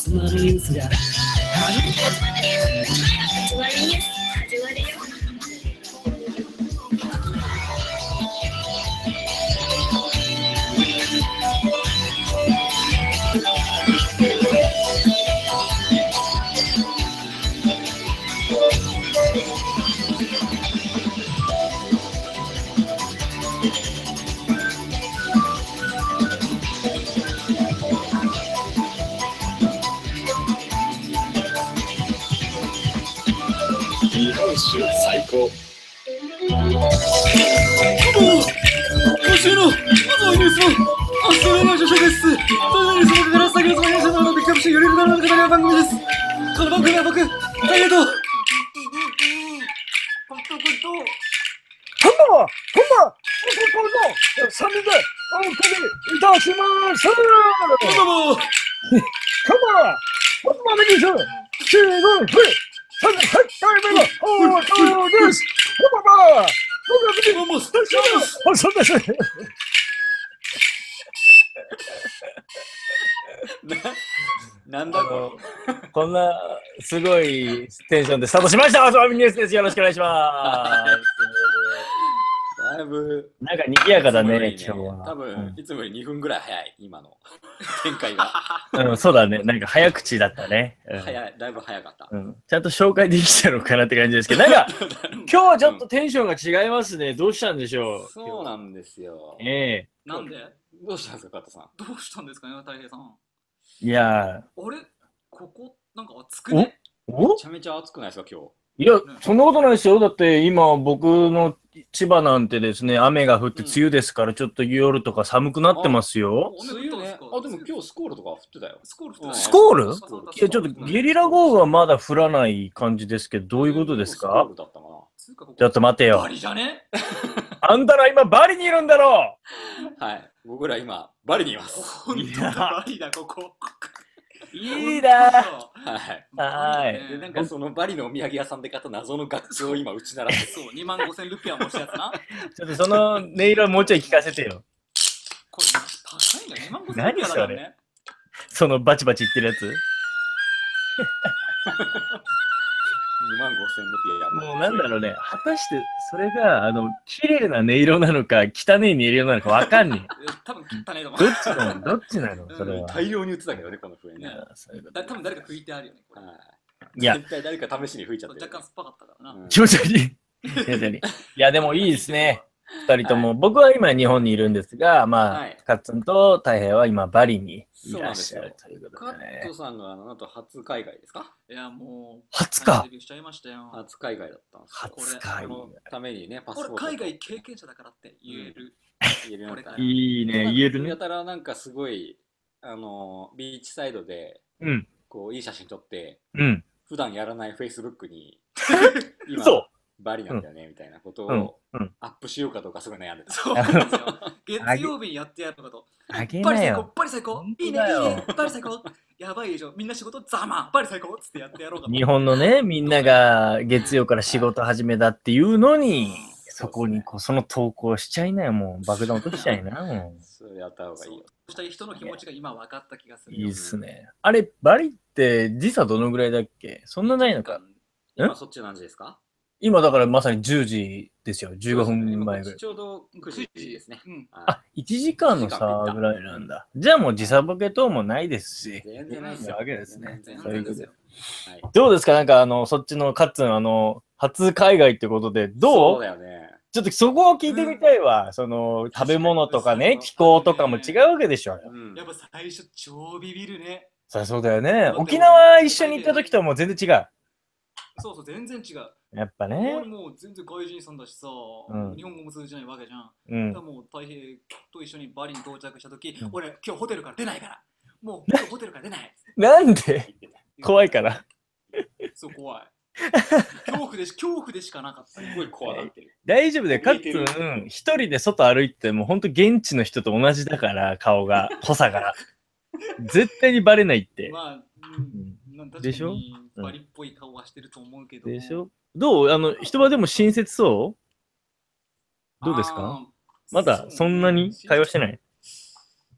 始まるニュースが始まるニュース始まるよ。 日本酒最高。 今週のまずはニュースの発生の助手です。というニュースの中から先ほどのニュースのものでキャプションよりるだろうの語り番組です。この番組は僕、ダイエット 3人でお送りいたします。 どうも本番のニュース、シーズン3、38回目の放送です。 どうもスタジオです。 そうですね。 なんだここんなすごいテンションでスタートしました。おつまみニュースです。よろしくお願いしまれだいぶす。なんか賑やかだね、 いつ今日は。 もより多分、いつもより2分ぐらい早い、今の展開が。 そうだね。なんか早口だったね。 早い、だいぶ早かった。 ちゃんと紹介できたのかなって感じですけど、なんか今日はちょっとテンションが違いますね。どうしたんでしょう。 そうなんですよ。 なんでどうしたんですか、加藤さん。 どうしたんですかね、大平さん。 いやあれここ、なんか暑くねおめちゃめちゃ暑くないですか、今日。 いや、そんなことないですよ。だって今僕の千葉なんてですね、雨が降って梅雨ですから、ちょっと夜とか寒くなってますよ。 梅雨ね。あ、でも今日スコールとか降ってたよ。 スコール降ってたスコールそうそうそういや、ちょっとゲリラ豪雨はまだ降らない感じですけど、どういうことですスコーかルだったかな。 つうかここちょっと待てよバ。リじゃねあんたら今バリにいるんだろはい。僕ら今、バリにいます。 ほんとだ、バリだ、ここ。 いいなはい。 はいで、なんかそのバリのお土産屋さんで買った謎の楽器を今打ち鳴らしてる。 そう、2万5000ルピアもしたやつな。 ちょっとその音色もうちょい聞かせてよ。 これ、高いんだよ、2万5000ルピアだからね。 そのバチバチ言ってるやつ。 2万5000ルピア。 もうなんだろうね。果たしてそれが、綺麗な音色なのか、汚い音色なのかわかんね多分汚ねえと思え。 う。 どっちなのそれは。 大量に打つだけどね、この笛ね。 いやそういうこと多分誰か拭いてあるよね。これはい。 いや絶対誰か試しに吹いちゃってる。 若干酸っぱかったからな。 気持ち悪い。いや、でもいいですね。二人とも。僕は今日本にいるんですが、まあはい、 カッツンと太平は今バリにいそうならっしんですよゃるということカッでねト。さんがなんと初海外ですか？ いや、もう、 初かデビューしちゃいましたよ。 初海外だったんですよ。 初海このためにね、パスポートこれ、海外経験者だからって言える。 入れるようになったいいね、言えるねや。たらなんかすごい、ビーチサイドで、 うん、 こう、いい写真撮って、 うん。 普段やらない Facebook に、今、 そバリなんだよね、みたいなことう。うんを、 うん。 アップしようかどうかすごい悩んでた。 そうなんですよ。月曜日にやってやるのかと。 あげバリ最高なよ。、 バリ最高本、 いいね、 当だよいいね、バリ最高。やばいでしょ、みんな仕事ざま、バリ最高っつってやってやろうかと。 日本のね、みんなが月曜から仕事始めだっていうのに、そこにこうその投稿しちゃいなよ、もう。爆弾落としちゃいな、もそれやった方がいいよ。 そうした人の気持ちが今分かった気がすう。 る。 いいっすね。あれ、バリって時差どのぐらいだっけ？そんなないのか。 今そっち何時ですか？ 今だからまさに10時ですよ。15分前ぐらい。 ちょうど9時ですね。 うん。 あ、1時間の差ぐらいなんだ。じゃあもう時差ボケ等もないですし。 全然ないですよ。 わけですね。 全そういうことで然ですよ。 はい。 どうですかなんかそっちのカッツン、初海外ってことで、どそううだよね。 ちょっとそこを聞いてみたいわ。その、食べ物とかね、気候とかも違うわけでしょ。 うんやっぱ最初超ビビるね。 そりゃそうだよね。沖縄一緒に行った時とはもう全然違う。 そうそう、全然違う。 やっぱ俺ね。 もう全然外人さんだしさ、 ん日本語も通じないわけじゃん。 うんだから。もう太平と一緒にバリに到着した時、 うん俺今日ホテルから出ないから。もう今日ホテルから出ない。 なんで怖いから。 そう怖い。恐怖でしかなかった。 すごい怖がってる。 大丈夫だよ。カッツン、一人で外歩いても、ほんと現地の人と同じだから、顔が、濃さが。絶対にバレないって。 まあ、確かにでしょバリっぽい顔はしてると思うけど。 でしょどう人はでも親切そうどうですかまだそんなに会話してない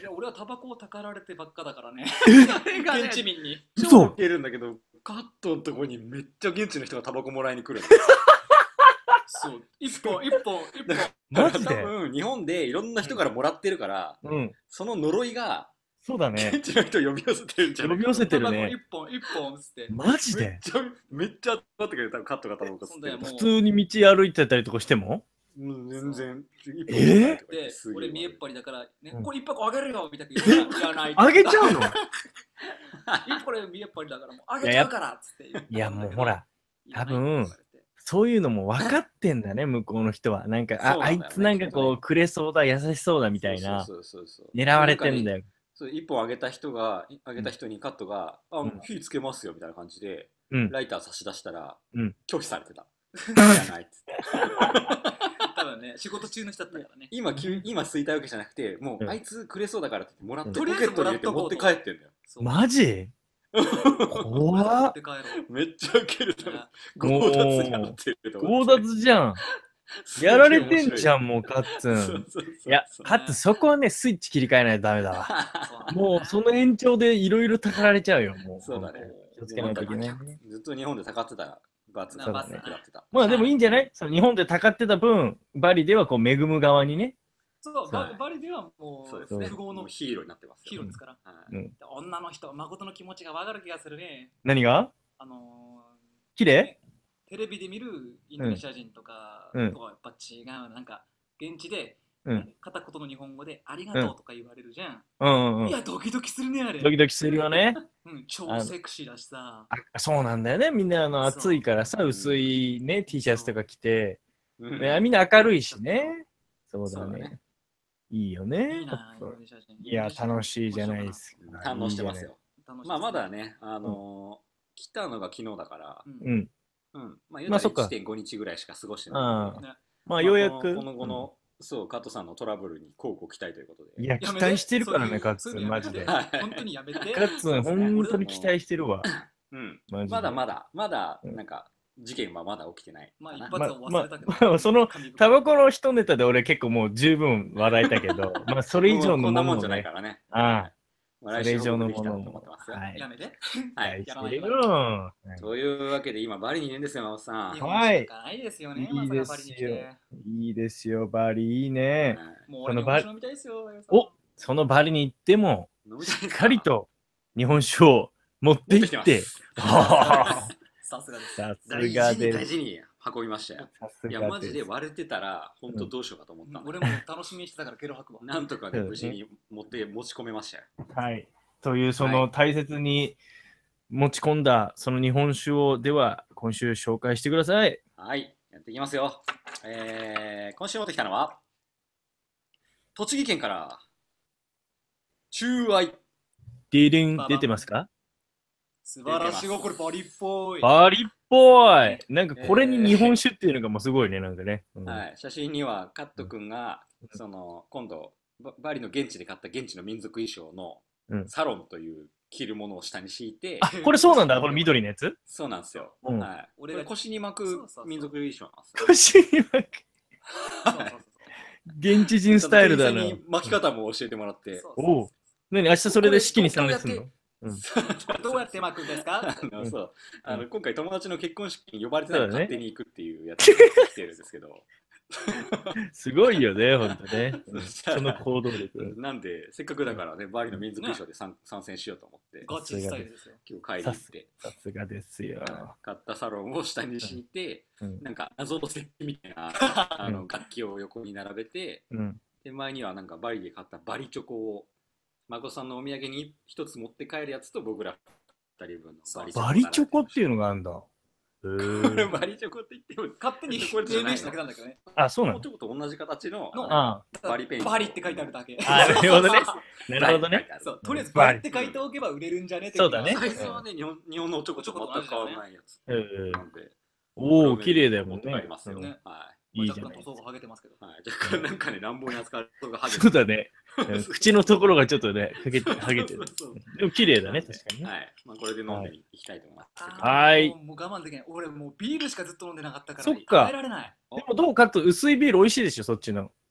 いや俺はタバコをたかられてばっかだからね。 れがね現地民に。 嘘受けるんだけど、カットのとこにめっちゃ現地の人がタバコもらいに来るんだそう一本。 マジ多で分日本でいろんな人からもらってるから、 うん。 その呪いがそうだね。 現地の人を呼び寄せてるんじゃない呼び寄せてるタバね。 コ一本っつって。 マジでめっちゃ集まってくれたカットがタバコ吸ってるそうだよもう普通に道歩いてたりとかしてももう全然一本えーとか言ってで、俺見えっ張りだから、ね、 うんこれ一箱あげるよみたいな言うからいやない。 あげちゃうのこれ見えっ張りだからもうあげちゃうからっつって言う。 いやもうほら、 いや多分ないって言われてそういうのも分かってんだね、向こうの人は。なんか、 そうなんだよねあいつなんかこう、くれそうだ、優しそうだみたいな、 そう狙われてんだよ。 よ。 そう一本あげた人にカットが、 ん火つけますよみたいな感じで、 うん。 ライター差し出したら、 うん拒否されてた。いらないっつって。 多分ね、仕事中の人だったからね。 今吸いたいわけじゃなくて、もう、 うんあいつくれそうだからって言ってもらって、 うんポケットに入れて持って帰ってんだよ。 そうマジ怖っで帰ろう。 めっちゃウケると思う。 もう強奪になってると思強って。 奪じゃん。やられてんじゃん、もう、カッツン。 そうそうそういや、カッツン、そこはね、スイッチ切り替えないとダメだわ。もう、その延長でいろいろたかられちゃうよ、もう。 そうだね。 気をつけないといけないね。 ずっと日本でたかってた罰がそうだね食らってた。 まあでもいいんじゃないその日本でたかってた分、バリではこう恵む側にね。 そう、 はいバリではもう、 そうですね。 富豪のヒーローになってますよ。 ヒーローですから。 はいうん女の人、誠の気持ちがわかる気がするね。 何があの綺麗ねテレビで見るインドネシア人とかうんとはやっぱ違う。なんか、現地で、 うん片言の日本語でありがとうとか言われるじゃん。 うんうんうん。 いや、ドキドキするね、あれ。 ドキドキするよね。 うん、超セクシーだしさ。 あそうなんだよね。みんなそう暑いからさ、薄いね、T シャツとか着て、 うんねみんな明るいしね。そうだねそうだね。 いいよいねい。な、インドネシア人。 いや、楽しいじゃないですか。 堪能してますよ。 楽しいまあまだね、来たのが昨日だから、 うんうん。 まあまあそっか 1.5日ぐらいしか過ごしてないので、 ねまあ、ようやく。 この後の、そう、カットさんのトラブルにこうご期待ということで。 いや、期待してるからね、カッツン、マジで。カはい本当にやめて。 ッツン、本当に期待してるわ。 うん。 マジでまだ、なんか、事件はまだ起きてないかな。 まあ一発は忘れたけど。 まあ、その、 神深いタバコの一ネタで俺結構もう十分笑えたけど、まあ、それ以上のこんなもんじゃものをね、 ないからね。 ああまあそれ以上の来週もの報告できたらと思ってますよ。 はいやめて。 はい。 期待してるやらないよ。 というわけで今バリにいるんですよ、真央さん。 日は本しかないですよね。 いいですよまさかバリに来て。 いいですよ、バリいいね。 もう俺日このバリ本酒飲みたいですよ。 おそのバリに行っても、しっかりと日本酒を持って行って、ささすがです。 す大が事にです。 大事に運びましたよ。 さすいや、 がマジでです。 割れてたら、本当どうしようかと思ったんだ俺も楽しみにしてたからゲロ吐くわ。 なんとかね、 うん無事に持ち込めましたよ。 はい。という、そはの大切に持ち込んだその日本酒を、では、今週紹介してください。 はい、やっていきますよ。今週持ってきたのは、栃木県から、中愛。 ディリン、出てますか素晴らしいよ、これバリっぽい。 バリっぽい。なんかこれに日本酒っていうのがもうすごいね、なんかね。うんはい、写真にはカット君が、今度バリの現地で買った現地の民族衣装のうんサロンという着るものを下に敷いて、 あ、これそうなんだ、これ緑のやつそうなんですよ。 うんはい、 俺がこれ腰に巻くそうそうそう民族衣装なんですよ。 腰に巻くそうそうそう現地人スタイルだな店。員さんに巻き方も教えてもらって、 そうおう。何明日それで式に参列するのどうやって巻くんですか？ そう今回友達の結婚式に呼ばれてたらそうだね勝手に行くっていうやつが来てるんですけど、 すごいよね、ほんとね。 うんその行動力。 なんでせっかくだからね、バリの民族衣装で参戦しようと思って、 ガチスタイルですよ。 今日帰り行って、 さすがですよ。 買ったサロンを下に敷いて、 うんなんか謎の石器みたいな楽器を横に並べて、 うん。 手前にはなんかバリで買ったバリチョコを孫さんのお土産に一つ持って帰るやつと僕ら2人分のバリチョコ。 バリチョコっていうのががあるんだ。へこれーバリチョコって言っても勝手にこれじゃない命名しただけなんだけどね。 あ、そうなのもうチョコと同じ形のあバリペン。 バリって書いてあるだけ。 あ、なるほどね。なるほどね。 そう、とりあえずバリって書いておけば売れるんじゃねって。 そうだねサイズはね、日本のチョコと全く変わらないやつ。 うんなんで、 おお、綺麗だよもん持って帰りねますよ。 ねはいいいじゃない若干塗装が剥げてますけど。 はい、若干なんかね、乱暴に扱う人がハゲそうだね。うん口のところがちょっとね、はげてる。 そうでも綺麗だね、確かにね。 はい、まあ、これで飲んでいきたいと思います。 はいもう我慢できない。俺もうビールしかずっと飲んでなかったから。 そっか耐えられない。 でもどうかと薄いビール美味しいでしょ、そっちの。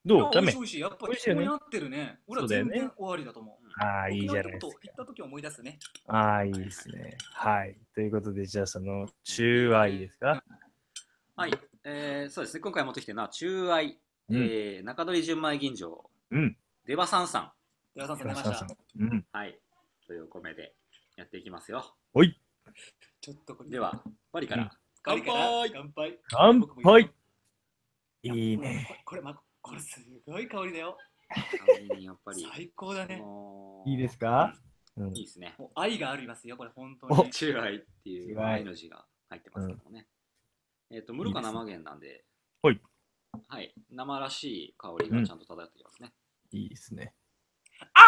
どうダメ美味しい美味しい。やっぱ美味しいよね気になってるね。俺はそうだよね全然終わりだと思う。 ああ、いいじゃない沖縄ですか。 行った時は思い出すね。 ああ、いいですね。はい。ということで、じゃあその、中愛ですか？ はい、そうですね。今回持ってきてるのは、中愛、中取純米吟醸、 うん。 出羽三さん。 ではさん出ましたさんさん。。うん。 はい。というお米でやっていきますよ。 おい。 ちょっとこれ。 では、バリから。 乾杯乾杯乾僕も杯。 いやいいね。 これすごい香りだよ。 香りにやっぱり。 最高だね。 いいですか？うん。 いいですね。 もう愛がありますよ、これ本当おに。 中愛っていう中愛愛の字が入ってますけどもね。無ろ過生源なんで、 ほい。 はい。生らしい香りがちゃんと漂ってきますね。 いいですね。 あ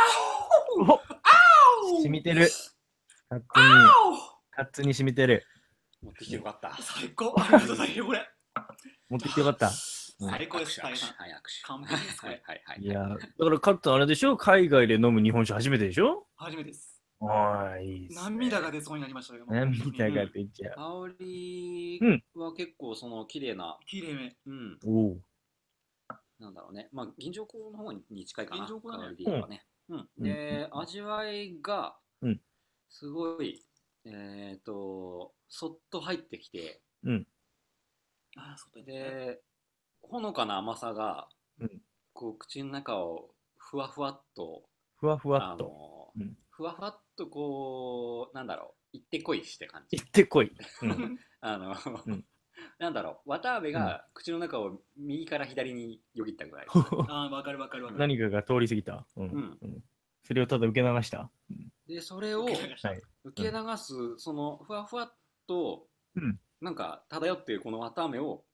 染みてる。勝手に染みてる。 持ってきてよかった。 最高ありがとうございます、これ。 持ってきてよかった。 最高です、 握手大さん。 はい、握手。 完璧です、こはいれ。 はいはい。 いやー、だからカットンあれでしょ？海外で飲む日本酒初めてでしょ？ 初めてです。 はい、いいっすね。 涙が出そうになりましたよ。 涙が出ちゃう。 香りは結構その綺麗な、 綺麗め。 うん、 おお。 なんだろうね。まあ、銀醸香の方に近いかな。 銀醸香だね香りで言えばね。うん。で、味わいがうん、 すごい、そっと入ってきて、 ああ、そうだね。 で、ほのかな甘さがうん、 こう口の中をふわふわっと、 ふわふわっと。 ふわふわっとこう、なんだろう、行ってこいして感じ行。ってこい。うん。んなんだろう、綿あめが口の中を右から左によぎったぐらい。 ああ、わかるわかるわかる。 何かが通り過ぎた。それをただ受け流した。 で、それをはい。 受け流す、そのふわふわっと、なんか漂っているこの綿あめを、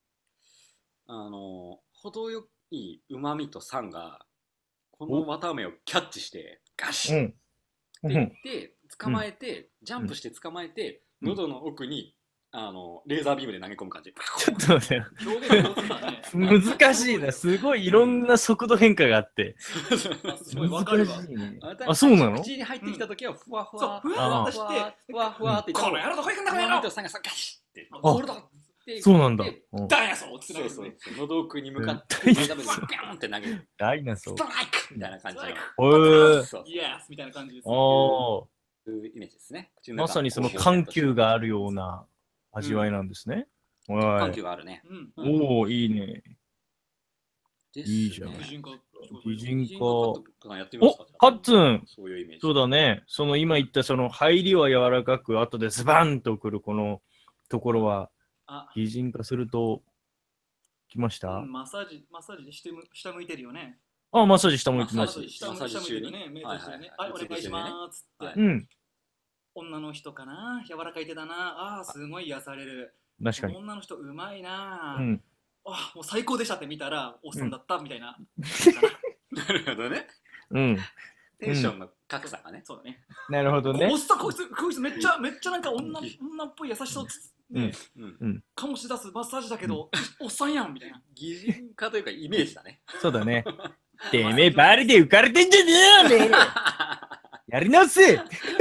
程よい旨味と酸が、この綿あめをキャッチして、ガシッっていって、捕まえて、ジャンプして捕まえて、喉の奥に、レーザービームで投げ込む感じ。 ちょっと待ってよ。 表現が上手だね。 難しいな。すごいいろんな速度変化があって。 すごいわかるわ。 難しいね。 あ、 そうなの？ 口に入ってきたときは、ふわふわ、 そう、ふわっとして、 ふわふわって言この野郎どこ行くんだ、この野郎と酸がガシッって。 これだそうなんだ。 ダイナソーってそうそう。喉奥に向かって、 うんビャーンって投げる。 ダイナソー。 ストライクみたいな感じの。そうイエスみたいな感じです。 おー。 いうイメージですね。 まさにその緩急があるような味わいなんですね。 緩急があるね。 おお、いいね。いいじゃん。 擬人化。 擬人化。 やってみますか？ カッツン。 そういうイメージ。 そうだね。その今言ったその入りは柔らかく、後でズバンとくるこのところは、擬人化すると、きました？ マッサージで下向いてるよね。 あ、マッサージ下向いてます。 下向いてるね。目閉じてね。はい、お願いしますっつって。女の人かな、柔らかい手だな。ああ、すごい癒される。 確かに。 女の人うまいな。 あ、 もう最高でしたって見たら、おっさんだったみたいな。 なるほどね。テンションの格差がね。 そうだね。 なるほどね。 おっさん、こいつめっちゃなんか女っぽい優しそうね。醸し出すマッサージだけど、おっさんやんみたいな。 擬人化というかイメージだね。 そうだね。てめえ、バリで浮かれてんじゃねえよね。やり直せ。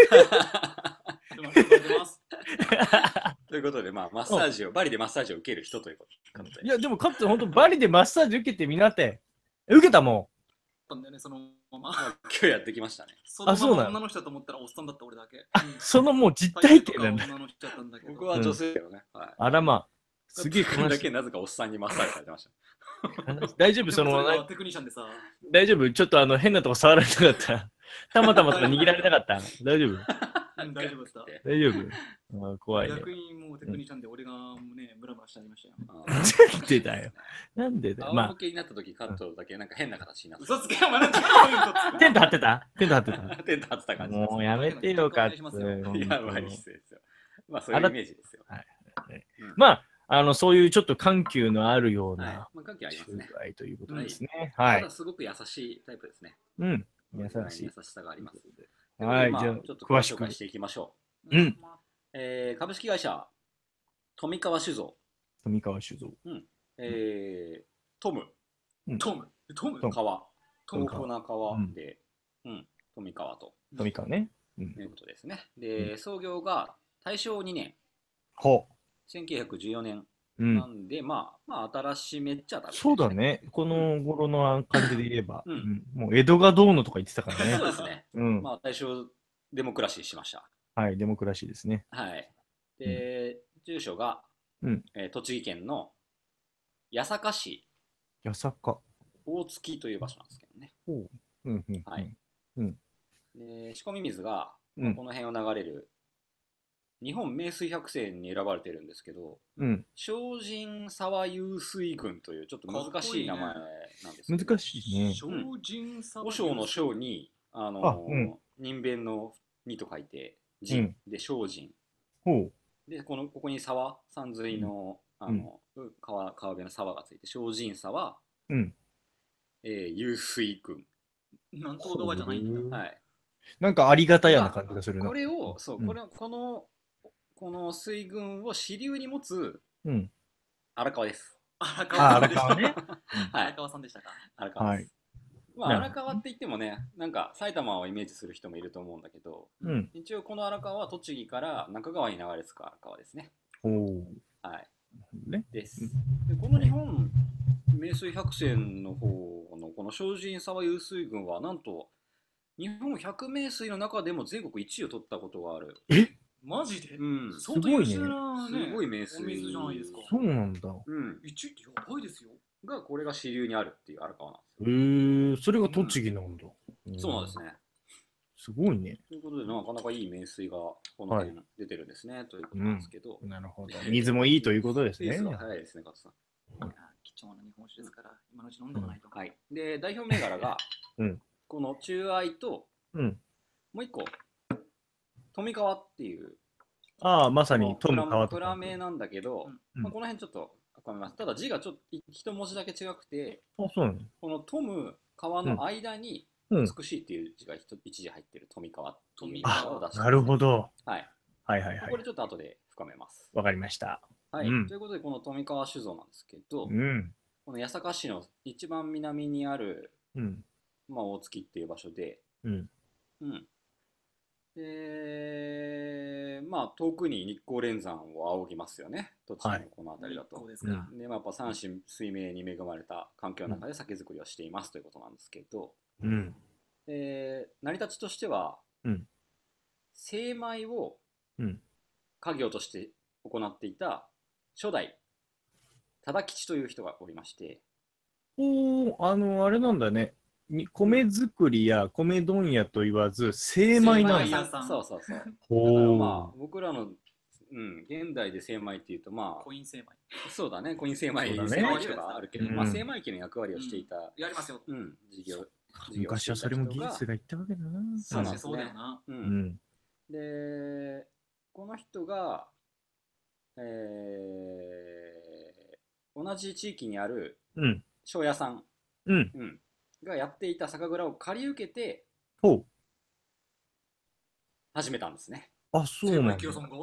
ということで、まあ、マッサージを、バリでマッサージを受ける人ということで。 いや、でも、かつて本当バリでマッサージ受けてみなって。受けたもん。なんだよね、そのまま。 今日やってきましたね。 あ、そうなの。女の人だと思ったらおっさんだった俺だけ。 そのもう実体験なんだ。 僕は女性だよね。 あらまあ。すげえ悲しい。 だけなぜかおっさんにマッサージされてました。 大丈夫そのテクニシャンでさ。 大丈夫ちょっと変なとこ触られなかった。たまたまとか握られなかった。大丈夫大丈夫だった。 大丈夫怖いね。 逆にもうテクニシャンで俺がね、ムラムラしちゃいましたよ。 なんでだよ。なんでだよ。 仰向けになった時カットだけなんか変な形になった。 嘘つけよ、まだテント張ってたテント張ってたテント張ってた感じ。 もうやめてよ、カッツ。 いや、まあいいですよ。まあそういうイメージですよ。 まあ、そういうちょっと緩急のあるような緩急ありますね。 ということですね。はい。 ただすごく優しいタイプですね。 優しい。 優しさがあります。 はい、じゃあ、 ちょっと詳しくしていきましょう。株式会社、富川酒造。 富川酒造。 トム。川。東北な川で、富川と。 富川ね。 いうことですね。で、創業が大正2年。 ほう。 1914年なんで、まあ新しめっちゃ新しい、 そうだ。ね。この頃の感じで言えば、 うんもう江戸がどうのとか言ってたからね。 そうですね。 うん。 まあ大正デモクラシーしました。 はい、デモクラシーですね。 はい。で、住所が、 うん。 栃木県の八坂市八坂。 大月という場所なんですけどね。 ほう。うん、うん。 はい。 うん。 で、仕込み水が、 うんこの辺を流れる日本名水百選に選ばれてるんですけど、 うん。 精進沢湧水群というちょっと難しい名前なんですけど、 難しいね。 精進さ和尚の章に、人弁のにと書いて、人、で、精進。 ほう。 で、ここに沢、山水の、川辺の沢がついて、精進沢、 うん。 湧水群。 なんとか川じゃないんだ。 はい。 なんかありがたやな感じがするな。 これを、そう、 うんこの水群を支流に持つうん。 荒川です。 荒あ、荒川さんでした川ね。 はい荒川さんでしたか。 荒川です。まあ、 なる荒川って言ってもね、なんか埼玉をイメージする人もいると思うんだけど、 うん。 一応この荒川は栃木から中川に流れ着く荒川ですね。 ほう。 はい。 ね。 です。で、この日本名水百選の方のこの精進沢湧水群はなんと日本百名水の中でも全国1位を取ったことがある。 マジでうん。 相当優秀なね。 すごい名水お水じゃないですか。 そうなんだ。 うん。 1位ってやばいですよ。 これが支流にあるっていう荒川なんですへえ、それが栃木なんだ。 よ。そうなんですね。 すごいね。 ということで、なかなかいい名水がこの辺出てるんですね、ということなんですけど。 なるほど。水もいいということですねいいです。か？早いですね、加藤さん。 貴重な日本酒ですから、今のうち飲んでもないと。 はい。で、代表銘柄が、この中愛と、もう一個、富川っていう、 ああ、まさに富川とか。 蔵名なんだけど、この辺ちょっとわめます。ただ字がちょっと一文字だけ違くて、 あ、そうなの？ この富川の間に美しいっていう字が一字入ってる富川っていうあを出して、 なるほど。 はい。 はいはいはい。 これちょっと後で深めます。 わかりました。 はい。ということで、この富川酒造なんですけど、この八坂市の一番南にある、まあ、大月っていう場所で、で、まあ、遠くに日光連山を仰ぎますよね、栃木のこの辺りだと。で、まあ、やっぱ山水水明に恵まれた環境の中で酒造りをしていますということなんですけど、成り立ちとしては、精米を家業として行っていた初代忠吉という人がおりまして、 あれなんだね。米作りや米問屋と言わず、精米なんだ。 そうそうそう。だからまあ、僕らの、現代で精米っていうと、まあ、 コイン精米。 そうだね、コイン精米、精米機とかあるけど、まあ、精米機の役割をしていた、 やりますよ。 事業昔はそれも技術がいったわけだな。 そうだよな。 で、この人が、同じ地域にある庄屋さんがやっていた酒蔵を借り受けて始めたんですね。 あ、そうなんだ。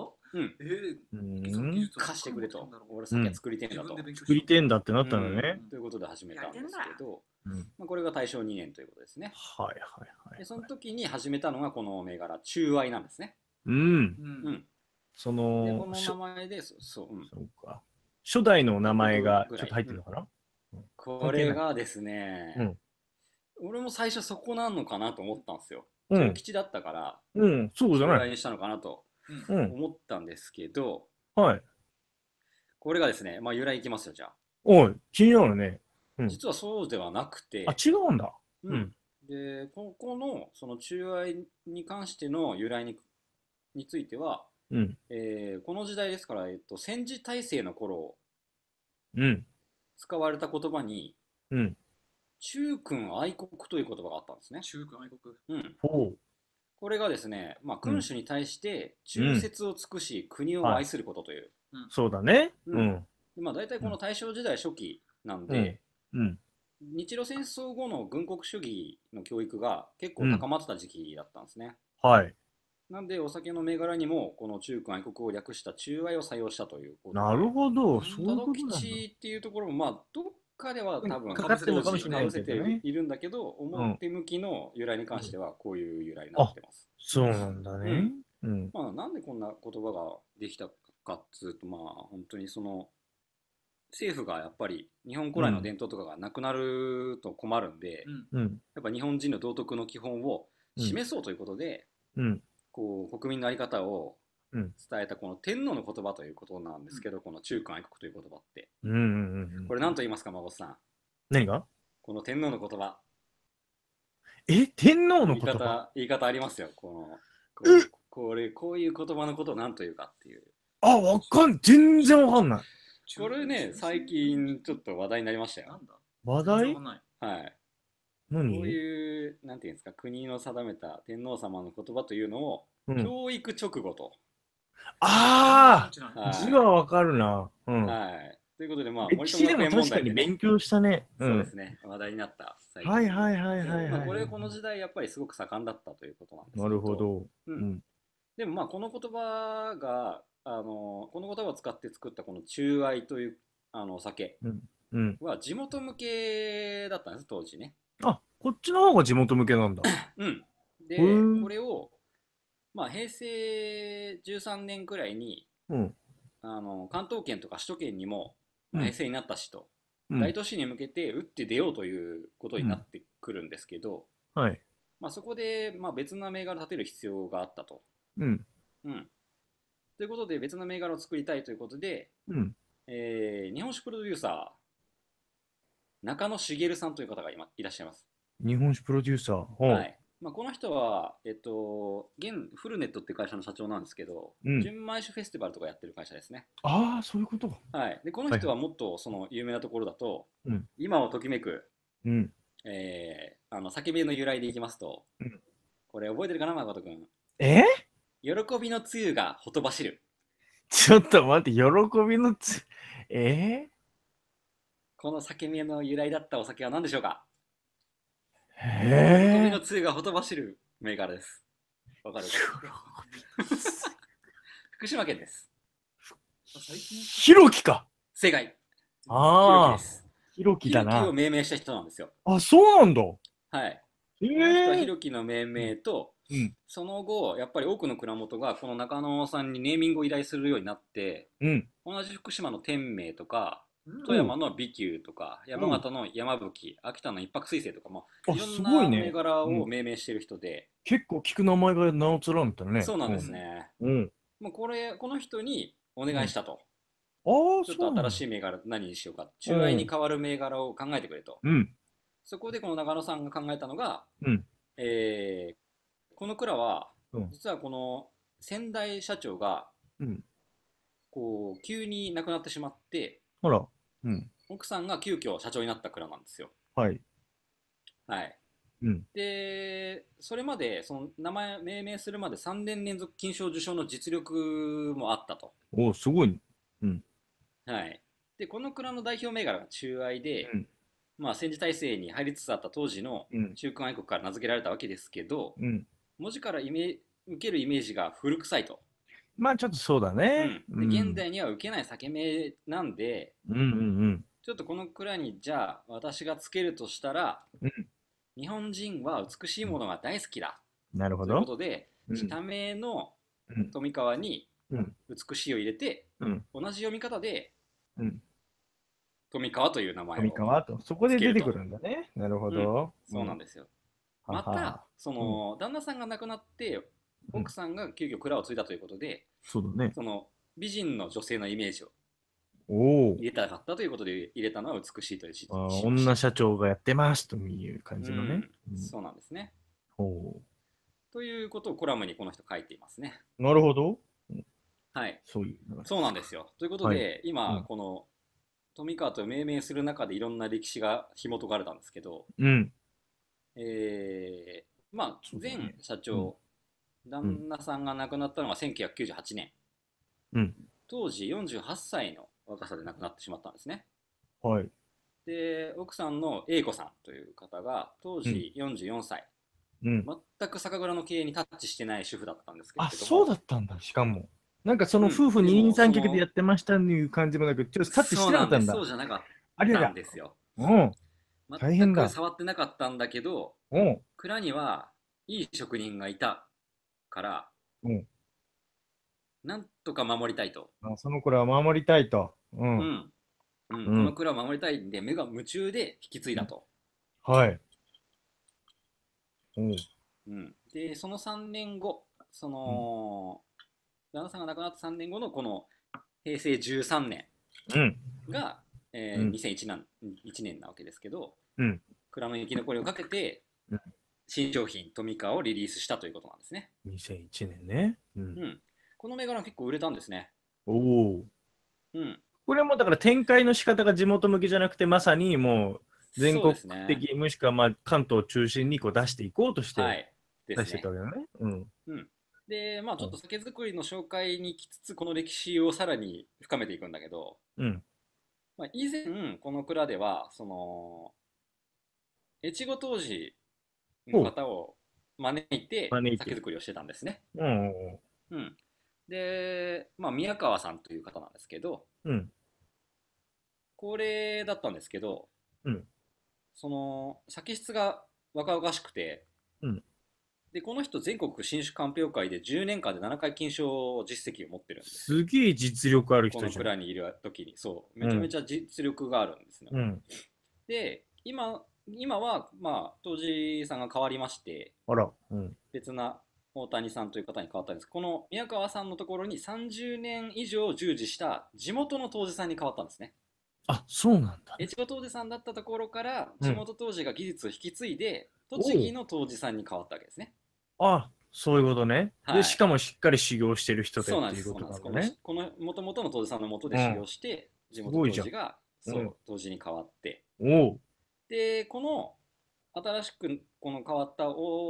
貸してくれと。俺酒作りてんだと。 作りてんだってなったんだね。 ということで始めたんですけど、これが大正2年ということですね。 はいはいはい。 で、その時に始めたのがこの銘柄、中愛なんですね。 その、 で、この名前で、 そうか。初代の名前がちょっと入ってるのかな？ これがですね、俺も最初そこなんのかなと思ったんですよ。中吉だったから、 そうじゃない。 中愛にしたのかなと思ったんですけど、これがですね、まあ由来いきますよ、じゃあ。 おい、気になるね。 実はそうではなくて、 あ、違うんだ。 で、ここのその中愛に関しての由来については、この時代ですから、戦時体制の頃、使われた言葉に、忠君愛国という言葉があったんですね。 忠君愛国。 これがですね、まあ、君主に対して忠節を尽くし、国を愛することという。 そうだね。 まあ、大体この大正時代初期なんで、日露戦争後の軍国主義の教育が結構高まってた時期だったんですね。なんでお酒の銘柄にもこの忠君愛国を略した中愛を採用したということで。 なるほど。 忠吉っていうところもまあどっかでは多分かかってるかもしれないけどね。いるんだけど、表向きの由来に関してはこういう由来になってます。 そうなんだね。 まあなんでこんな言葉ができたかっつうと、まあ本当にその政府がやっぱり日本古来の伝統とかがなくなると困るんで、 うん。 やっぱ日本人の道徳の基本を示そうということで、 うん。 こう国民の在り方をうん伝えたこの天皇の言葉ということなんですけど、この中華愛国という言葉って、 うん。うん。 これ何と言いますか、孫さん。 何が？ この天皇の言葉。 天皇の言葉？ 言い方ありますよ。こういう言葉のことを何というかっていう。 あ、全然わかんない。 これね、最近ちょっと話題になりましたよ。 話題？ はい。 何？ こういう、なんていうんですか、国の定めた天皇様の言葉というのを、 うん。 教育直後と。 ああ、 はい字はわかるな。うん。 はい。ということで、まあ、 歴史でも確かに勉強したね。 そうですね。話題になった最近。 はいはいはいはいはい。 この時代、やっぱりすごく盛んだったということなんですけど。 なるほど。 うん。でもまあ、この言葉が、この言葉を使って作ったこの中愛というお酒は地元向けだったんです、当時ね。 あ、こっちの方が地元向けなんだ。 うん。で、これを、まあ、平成13年くらいに、関東圏とか首都圏にも、平成になったしと、大都市に向けて打って出ようということになってくるんですけど、 はい。 まあ、そこで、まあ、別な銘柄を立てる必要があったと。ということで、別の銘柄を作りたいということで、日本酒プロデューサー、中野茂さんという方がいらっしゃいます。 日本酒プロデューサー。 はい。まあ、この人は、現フルネットっていう会社の社長なんですけど、純米酒フェスティバルとかやってる会社ですね。 ああ、そういうことか。 はい。で、この人はもっとその有名なところだと、今をときめく、叫びの由来でいきますと、これ覚えてるかな、誠くん。喜びのつゆがほとばしる。 ちょっと待って、喜びのこの叫びの由来だったお酒は何でしょうか？喜びのつゆがほとばしる銘柄です。わかる？福島県です。 ひろきか。 正解。 ああ、ひろきだな。 ひろきを命名した人なんですよ。 あ、そうなんだ。 はい。ひろきの命名と、その後、やっぱり多くの蔵元がこの中野さんにネーミングを依頼するようになって、同じ福島の天明とか、富山の美久とか、山形の山吹、秋田の一泊水星とかも、いろんな銘柄を命名している人で、 結構聞く名前が名を連ねたね。 そうなんですね。もうこの人にお願いしたと。ちょっと新しい銘柄何にしようか。中愛に変わる銘柄を考えてくれと。そこでこの長野さんが考えたのが、この蔵は、実はこの先代社長が、こう急に亡くなってしまって、奥さんが急遽社長になった蔵なんですよ。はい。で、それまでその名前命名するまで3年連続金賞受賞の実力もあったと。 お、すごい。 はい。で、この蔵の代表銘柄が中愛で、まあ戦時体制に入りつつあった当時の中華愛国から名付けられたわけですけど、文字から受けるイメージが古臭いと。 まあちょっとそうだね。 で、現代には受けない酒名なんで、ちょっとこの蔵にじゃあ私がつけるとしたら、日本人は美しいものが大好きだ。 なるほど。 ということで、社名の富川に美しいを入れて、同じ読み方で、富川という名前を。 富川と。そこで出てくるんだね。なるほど。 そうなんですよ。また、その旦那さんが亡くなって、奥さんが急遽蔵を継いだということで、 そうだね。 その美人の女性のイメージを入れたかったということで入れたのは美しいという字。 女社長がやってますという感じのね。 そうなんですね。ということをコラムにこの人書いていますね。 なるほど。 はい。 そうなんですよ。ということで、今、この富川と命名する中でいろんな歴史が紐解かれたんですけど、まあ、前社長、旦那さんが亡くなったのが1998年。当時48歳の若さで亡くなってしまったんですね。で、奥さんの英子さんという方が当時44歳。全く酒蔵の経営にタッチしてない主婦だったんですけれども。 あ、そうだったんだ、しかも。なんかその夫婦二人三脚でやってましたっていう感じもなく、ちょっとタッチしてなかったんだ。 そうじゃなかったんですよ。 大変だ。 全く触ってなかったんだけど、蔵にはいい職人がいたから、なんとか守りたいと。 その頃は守りたいと。 この蔵を守りたいんで、目が夢中で引き継いだと。 はい。 で、その3年後、旦那さんが亡くなった3年後のこの平成13年が、2001年なわけですけど、蔵の生き残りをかけて、新商品トミカをリリースしたということなんですね。 2001年ね。 この銘柄結構売れたんですね。 おお。これもだから展開の仕方が地元向きじゃなくて、まさにもう全国的、もしくはまあ関東を中心にこう出していこうとして出してたわけだね。 で、まあちょっと酒造りの紹介に来つつ、この歴史をさらに深めていくんだけど、まあ、以前この蔵では越後当時の方を招いて酒造りをしてたんですね。で、まあ、宮川さんという方なんですけど、高齢だったんですけど、その酒質が若々しくて、でこの人全国新酒鑑評会で10年間で7回金賞実績を持ってるんです。 すげえ実力ある人じゃん。この蔵にいる時にそうめちゃめちゃ実力があるんですね。で今はまあ杜氏さんが変わりまして、別な大谷さんという方に変わったんです。この宮川さんのところに30年以上従事した地元の杜氏さんに変わったんですね。 あ、そうなんだ。 越後杜氏さんだったところから地元杜氏が技術を引き継いで、栃木の杜氏さんに変わったわけですね。 あ、そういうことね。で、しかもしっかり修行してる人でっていうことなんだね。 この元々の杜氏さんのもとで修行して、地元杜氏が杜氏に変わって、でこの新しくこの変わった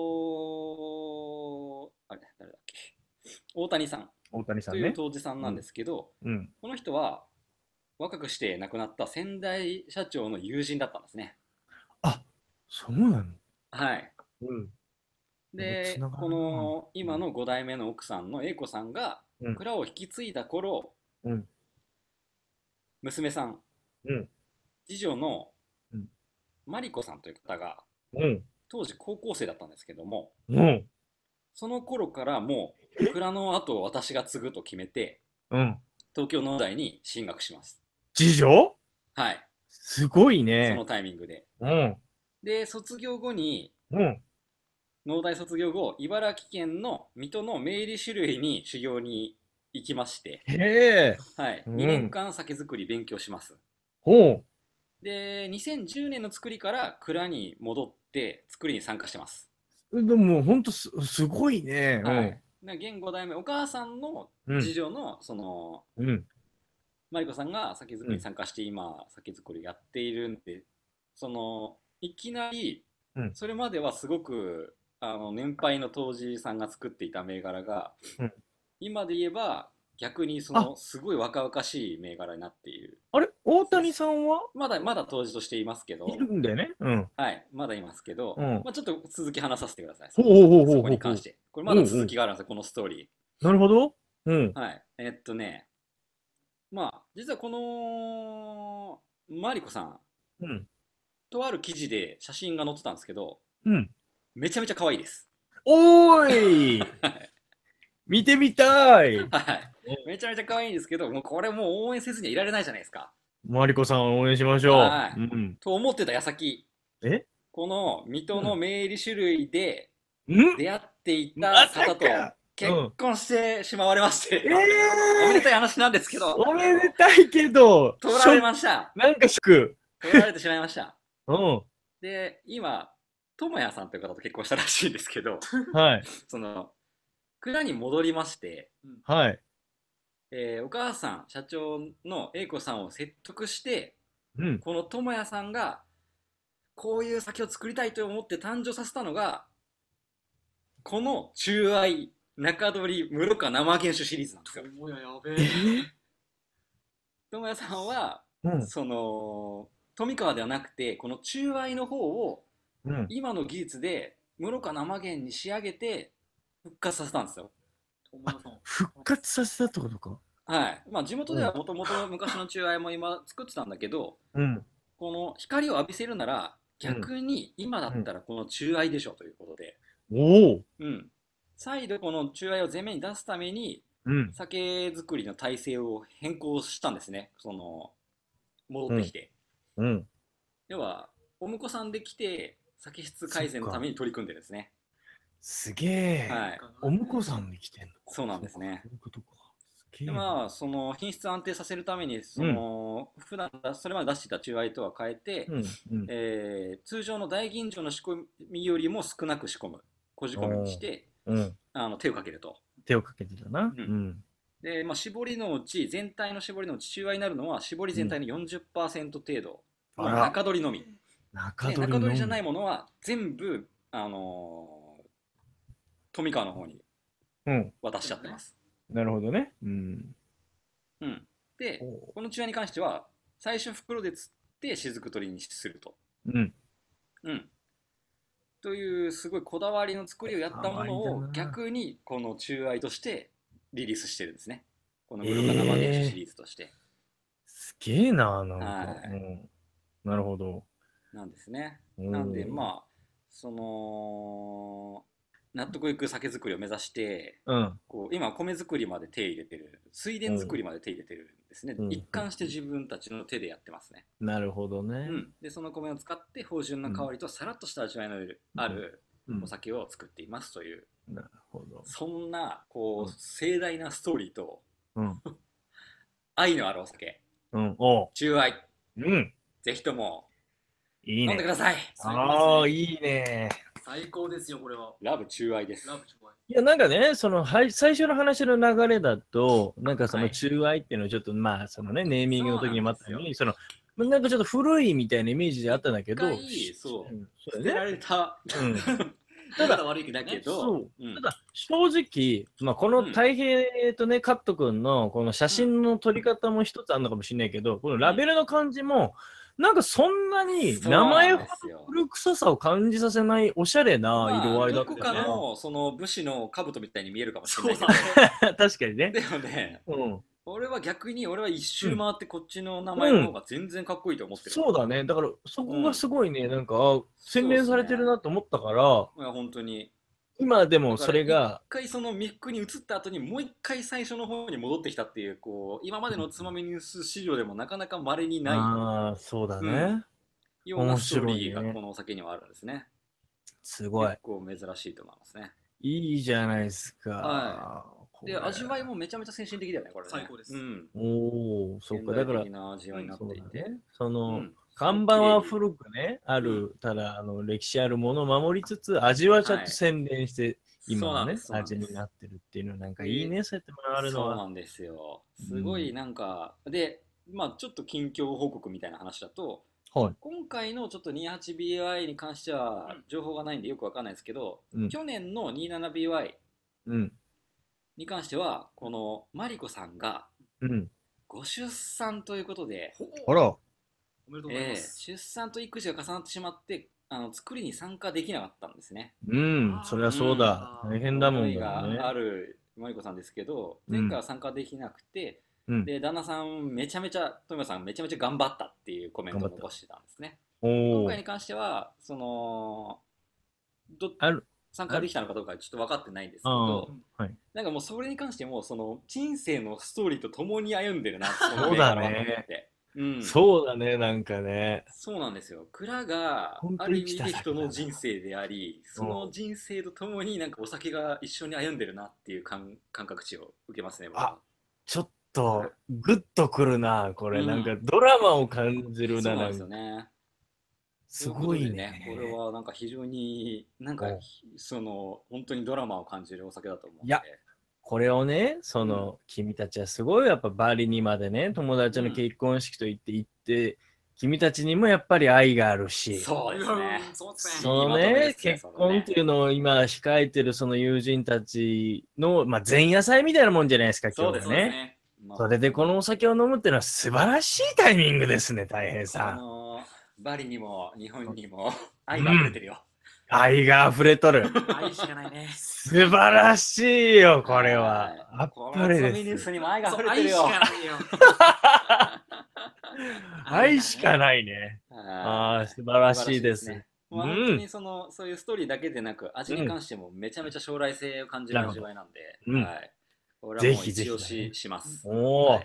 誰だっけ、大谷さんという杜氏さんなんですけど、この人は若くして亡くなった先代社長の友人だったんですね。 あ、そうなの？ はい。で、この今の5代目の奥さんの英子さんが蔵を引き継いだ頃、娘さん、次女のマリコさんという方が当時高校生だったんですけども、その頃からもう蔵の後を私が継ぐと決めて、東京農大に進学します。 次女？ はい。 すごいね。 そのタイミングで。で、卒業後に、農大卒業後、茨城県の水戸の明理酒類に修行に行きまして、はい、2年間酒造り勉強します。で、2010年の作りから蔵に戻って作りに参加してます。 でも本当すごいね。 現5代目、お母さんの次女のマリコさんが酒造りに参加して今酒造りやっているんで、いきなりそれまではすごく年配の杜氏さんが作っていた銘柄が、今で言えば逆にすごい若々しい銘柄になっている。 あれ、大谷さんはまだ杜氏としていますけど、 いるんだよね。 はい、まだいますけど、ちょっと続き話させてください。 そこに関して。これまだ続きがあるんですよ、このストーリー。なるほど。 はい。まあ、実はこのマリコさん、とある記事で写真が載ってたんですけど、めちゃめちゃ可愛いです。 おーい見てみたい。 はい。めちゃめちゃ可愛いんですけど、もうこれもう応援せずにはいられないじゃないですか。 マリコさんを応援しましょう。 と思ってた矢先、この水戸の明理酒類で出会っていた方と結婚してしまわれまして、おめでたい話なんですけど、 おめでたいけど、 取られました。 なんかショック。 取られてしまいました。で、今、智也さんという方と結婚したらしいんですけど、蔵に戻りまして、お母さん、社長の英子さんを説得して、この智也さんがこういう酒を作りたいと思って誕生させたのが、この中愛中取室賀生原酒シリーズなんですよ。 智也やべえ。 智也さんは、富川ではなくてこの中愛の方を今の技術で室賀生原に仕上げて復活させたんですよ。 復活させたってことか。 はい。まあ地元ではもともと昔の中愛も今作ってたんだけど、この光を浴びせるなら逆に今だったらこの中愛でしょということで、再度この中愛を前面に出すために酒造りの体制を変更したんですね。 戻ってきて、 うん。 要はお婿さんで来て酒質改善のために取り組んでるんですね。 すげえ。 はい。 お婿さんで来てんの。 そうなんですね。 そういうことか。すげえ。 でまあその品質安定させるためにその、普段それまで出していた中合とは変えて、通常の大吟醸の仕込みよりも少なく仕込む、こじ込みにして、手をかけると。 手をかけてたな。 で、まあ、絞りのうち、全体の絞りのうち中和になるのは絞り全体の 40% 程度、中取りのみ。中取りじゃないものは全部富川の方に渡しちゃってます。 なるほどね。 で、この中和に関しては最初袋で釣って雫取りにすると。というすごいこだわりの作りをやったものを逆にこの中和としてリリースしてるんですね。このグルカ生原酒シリーズとして。 すげえな、なんか。なるほど。 なんですね。なんでまあその納得いく酒造りを目指して、こう今米作りまで手入れてる、水田作りまで手入れてるんですね。一貫して自分たちの手でやってますね。 なるほどね。 でその米を使って芳醇な香りとさらっとした味わいのあるお酒を作っていますという。 なるほど。 そんなこう盛大なストーリーと愛のあるお酒、中愛、ぜひとも飲んでください。 ああ、いいね。 最高ですよ、これは。 ラブ中愛です。 いや、なんかね、その最初の話の流れだと、なんかその中愛っていうのはちょっと、まあ、そのね、ネーミングの時にもあったように、その、なんかちょっと古いみたいなイメージであったんだけど、 そう、捨てられた。 ただ、 悪いだけど、 ただ正直、まあ、この太平とね、カット君のこの写真の撮り方も一つあるのかもしれないけど、このラベルの感じも、なんかそんなに名前ほど古臭さを感じさせないおしゃれな色合いだったよね。 どこかのその武士の兜みたいに見えるかもしれないけど、 確かにね。 でもね、俺は逆に俺は一周回ってこっちの名前の方が全然かっこいいと思ってる。 そうだね。だからそこがすごいね、なんか洗練されてるなと思ったから。 いや本当に。 今でもそれが一回そのミックに移った後にもう一回最初の方に戻ってきたっていう、こう今までのつまみニュース市場でもなかなか稀にない、 そうだね、 ようなストーリーがこのお酒にはあるんですね。 すごい。 結構珍しいと思いますね。 いいじゃないですか。 で味わいもめちゃめちゃ先進的だよね、これね。 最高です。 おお、そっか。だから現代的な味わいになっていて、 その看板は古くねある、ただ歴史あるものを守りつつ味はちょっと洗練して今のね味になってるっていうのなんかいいね、そうやって回るのは。 そうなんですよ。すごいなんかで、まあちょっと近況報告みたいな話だと、今回のちょっと 28BY に関しては情報がないんでよくわかんないですけど、去年の 27BY に関してはこのマリコさんがご出産ということで、 あら、 出産と育児が重なってしまって作りに参加できなかったんですね。 そりゃそうだ、大変だもんね。 があるマリコさんですけど、前回は参加できなくて、で旦那さんめちゃめちゃ富山さんめちゃめちゃ頑張ったっていうコメントを残してたんですね。今回に関してはその参加できたのかどうかちょっと分かってないんですけど、なんかもうそれに関してもその人生のストーリーと共に歩んでるなってそうだね。そうだね、なんかね。 そうなんですよ。蔵がある意味で人の人生であり、その人生とともになんかお酒が一緒に歩んでるなっていう感覚値を受けますね。 ちょっとグッとくるな、これ。なんかドラマを感じるな。 そうなんですよね。 すごいね。 これはなんか非常になんかその本当にドラマを感じるお酒だと思う。 いや、これをね、その、君たちはすごいやっぱバリにまでね、友達の結婚式と言って行って、君たちにもやっぱり愛があるし、 そうですね。 そのね、結婚っていうのを今控えてるその友人たちの、まあ、前夜祭みたいなもんじゃないですか、今日はね。それでこのお酒を飲むっていうのは素晴らしいタイミングですね、大平さん。 バリにも日本にも愛が溢れてるよ。 愛が溢れとる。 愛しかないね。 素晴らしいよ、これは。あっぱれです。 このニュースにも愛が溢れてるよ。 愛しかないね。素晴らしいです。 本当にそういうストーリーだけでなく、味に関してもめちゃめちゃ将来性を感じる味わいなんで、これはもう一押しします。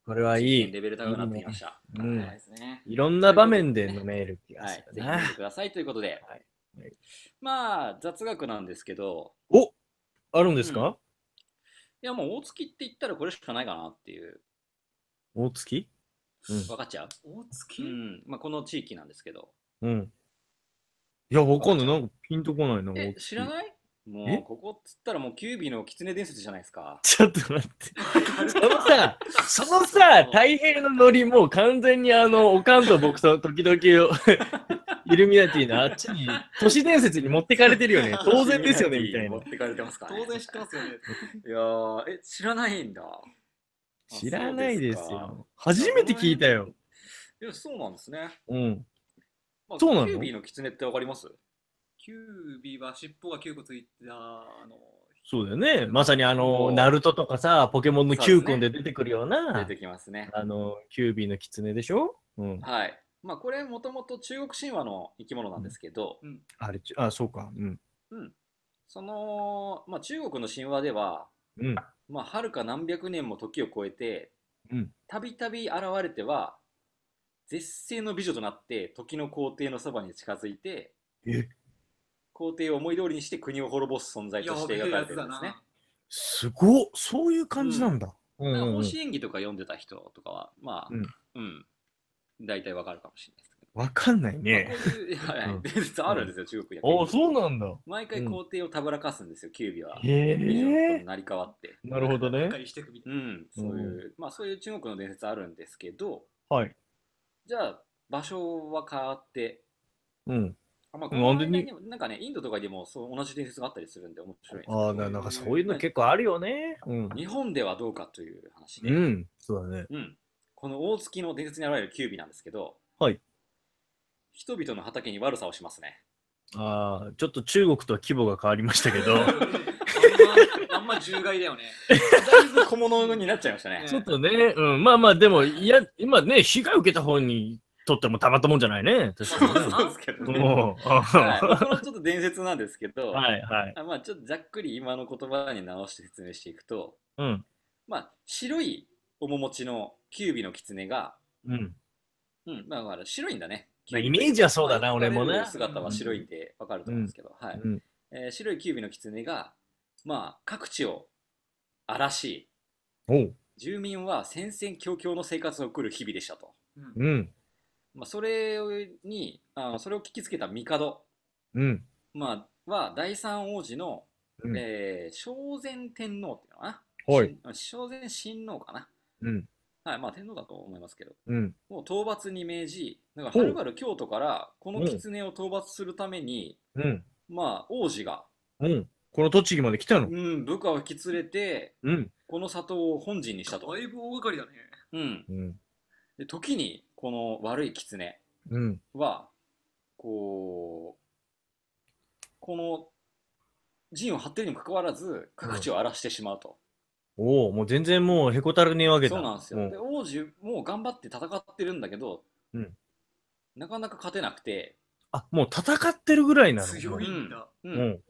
これはいい。 レベル高くなってきました。 いいね。 ですね。 いろんな場面で飲める気がするぜひ見てくださいということで。まあ、雑学なんですけど。 お、あるんですか？ いや、もう大月って言ったらこれしかないかなっていう。 大月？ 分かっちゃう？ 大月？ まあ、この地域なんですけど。 いや、わかんない。なんかピンとこないな。 知らない？もう、ここっつったらもうキュービーの狐伝説じゃないですか。 ちょっと待って。そのさ、太平のノリもう完全におかんと僕と時々イルミナティのあっちに都市伝説に持ってかれてるよね。当然ですよねみたいな。 持ってかれてますかね。 当然知ってますよね。 いやー、知らないんだ。 知らないですよ。初めて聞いたよ。 いや、そうなんですね。 そうなの？ キュービーの狐ってわかります？ キュービーは尻尾が9個ついたそうだよね。まさにナルトとかさ、ポケモンの9個で出てくるような。 出てきますね。 キュービーの狐でしょ？ はい。まあこれもともと中国神話の生き物なんですけど。 そうか。 その、まあ中国の神話では、まあ遥か何百年も時を超えて、たびたび現れては、絶世の美女となって時の皇帝のそばに近づいて、皇帝を思い通りにして国を滅ぼす存在として描かれてるんですね。 すごっ、そういう感じなんだ。 方針演技とか読んでた人とかは、まあ、大体わかるかもしれないですけど。 わかんないね。 伝説あるんですよ、中国野球。あ、そうなんだ。 毎回皇帝をたぶらかすんですよ、キュービーは。 美女と成り代わって。 なるほどね。 そういう中国の伝説あるんですけど、じゃあ、場所は変わって、なんかね、インドとかでも同じ伝説があったりするんで面白いです。 なんかそういうの結構あるよね。 日本ではどうかという話で。 そうだね。 この大月の伝説に現れるキュービーなんですけど、人々の畑に悪さをしますね。 ちょっと中国とは規模が変わりましたけど。 あんま獣害だよね。 だいぶ小物になっちゃいましたね。 ちょっとね、まあまあでも、今ね、被害を受けた方にとってもたまったもんじゃないね。 確かに。そうですけどね。これちょっと伝説なんですけど、まあちょっとざっくり今の言葉に直して説明していくと、まあ白い面持ちのキュービーの狐が、まあ白いんだね。 イメージはそうだな、俺もね。 姿は白いんでわかると思うんですけど、白いキュービーの狐が、まあ各地を荒らし、住民は戦々恐々の生活を送る日々でしたと。まあそれを聞きつけた帝、まあは第三王子の正禅天皇っていうのかな。正禅親王かな。まあ天皇だと思いますけど、もう討伐に命じ、なんかはるばる京都からこの狐を討伐するために、まあ王子が、 この栃木まで来たの？ 部下を引き連れて、この里を本陣にしたと。 だいぶ大掛かりだね。 で時にこの悪い狐は、この陣を張ってるにもかかわらず各地を荒らしてしまうと。 もう全然もうへこたれねえわけだ。 そうなんですよ。で王子も頑張って戦ってるんだけど、なかなか勝てなくて。 もう戦ってるぐらいなの？ 強いんだ。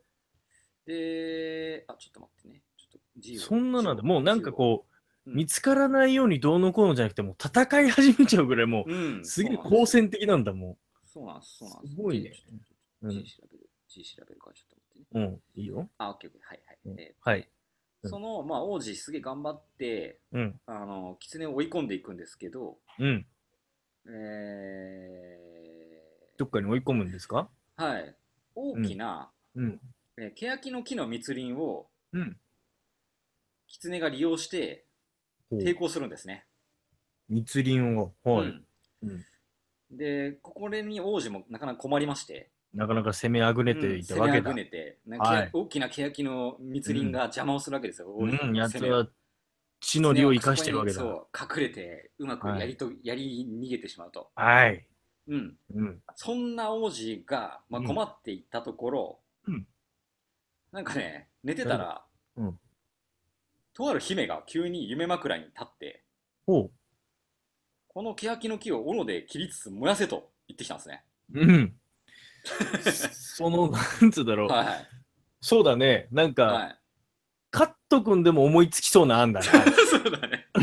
で、ちょっと待ってね。 そんななんだ。もうなんかこう、見つからないようにどうのこうのじゃなくて、もう戦い始めちゃうぐらい、もう、すげえ好戦的なんだもん。 そうなんです、そうなんです。 すごいね。 字調べるからちょっと待ってね。 いいよ。 オッケー、はい。その、まあ、王子すげえ頑張って、狐を追い込んでいくんですけど、 どっかに追い込むんですか？ 大きな、欅の木の密林を、狐が利用して抵抗するんですね。 密林を。 で、これに王子もなかなか困りまして。 なかなか攻めあぐねていたわけだ。 大きな欅の密林が邪魔をするわけですよ。 やつは地の利を生かしてるわけだ。 隠れてうまくやり逃げてしまうと。そんな王子が困っていったところ、なんかね、寝てたら、とある姫が急に夢枕に立って、この欅の木を斧で切りつつ燃やせと言ってきたんですね。なんつうだろう。そうだね。なんか、カット君でも思いつきそうな案だな。 そうだね。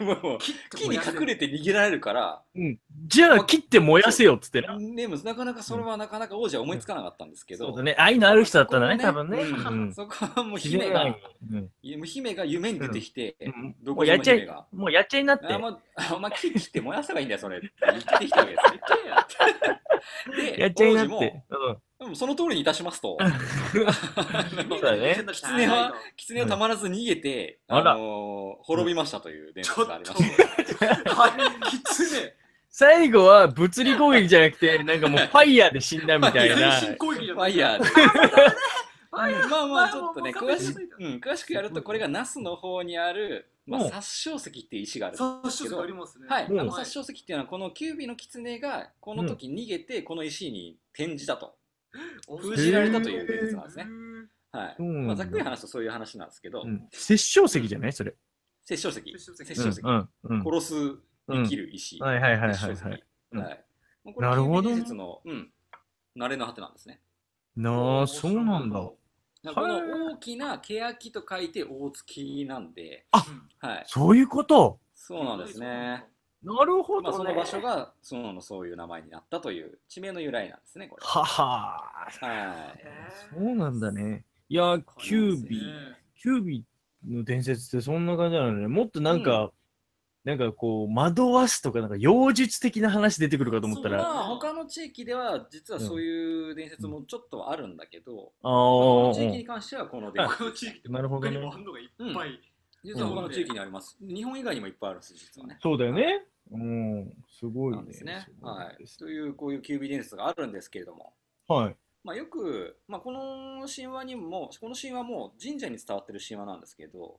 もう木に隠れて逃げられるから、 じゃあ切って燃やせよっつってな。 でもなかなかそれはなかなか王子は思いつかなかったんですけど、 そうだね、愛のある人だったんだね、多分ね。 そこはもう姫が夢に出てきて、 もうやっちゃい、もうやっちゃいなって。 お前切って燃やせばいいんだよ、それって言ってきたわけです。 で、やっちゃいなって。 でもその通りにいたしますと。 そうだね。 狐はたまらず逃げて、滅びましたという伝説がありまして。 狐最後は物理攻撃じゃなくて、なんかもうファイヤーで死んだみたいな。 ファイヤーで。まあまあちょっとね、詳しくやると、これが那須の方にある、殺生石っていう石があるんですけど、はい、殺生石っていうのはこのキュービの狐がこの時逃げてこの石に転じたと、封じられたという伝説なんですね。はい。ざっくり話すとそういう話なんですけど、 殺生石じゃないそれ。 殺生石。殺す生きる石。 はいはいはいはい。 なるほど。技術の慣れの果てなんですね。 そうなんだ。 この大きな欅と書いて大月なんで、 そういうこと。 そうなんですね。 なるほど。 その場所がそういう名前になったという地名の由来なんですね、これ。 はは。そうなんだね。いや、キュービの伝説ってそんな感じなのね。もっとなんかこう惑わすとかなんか妖術的な話出てくるかと思ったら、 他の地域では実はそういう伝説もちょっとあるんだけど、この地域に関してはこの伝説。 なるほどね。 実は他の地域にあります。日本以外にもいっぱいあるんです、実はね。 そうだよね。すごいね。 はい。というこういうキュービー伝説があるんですけれども、 はい。 よくこの神話も神社に伝わってる神話なんですけど、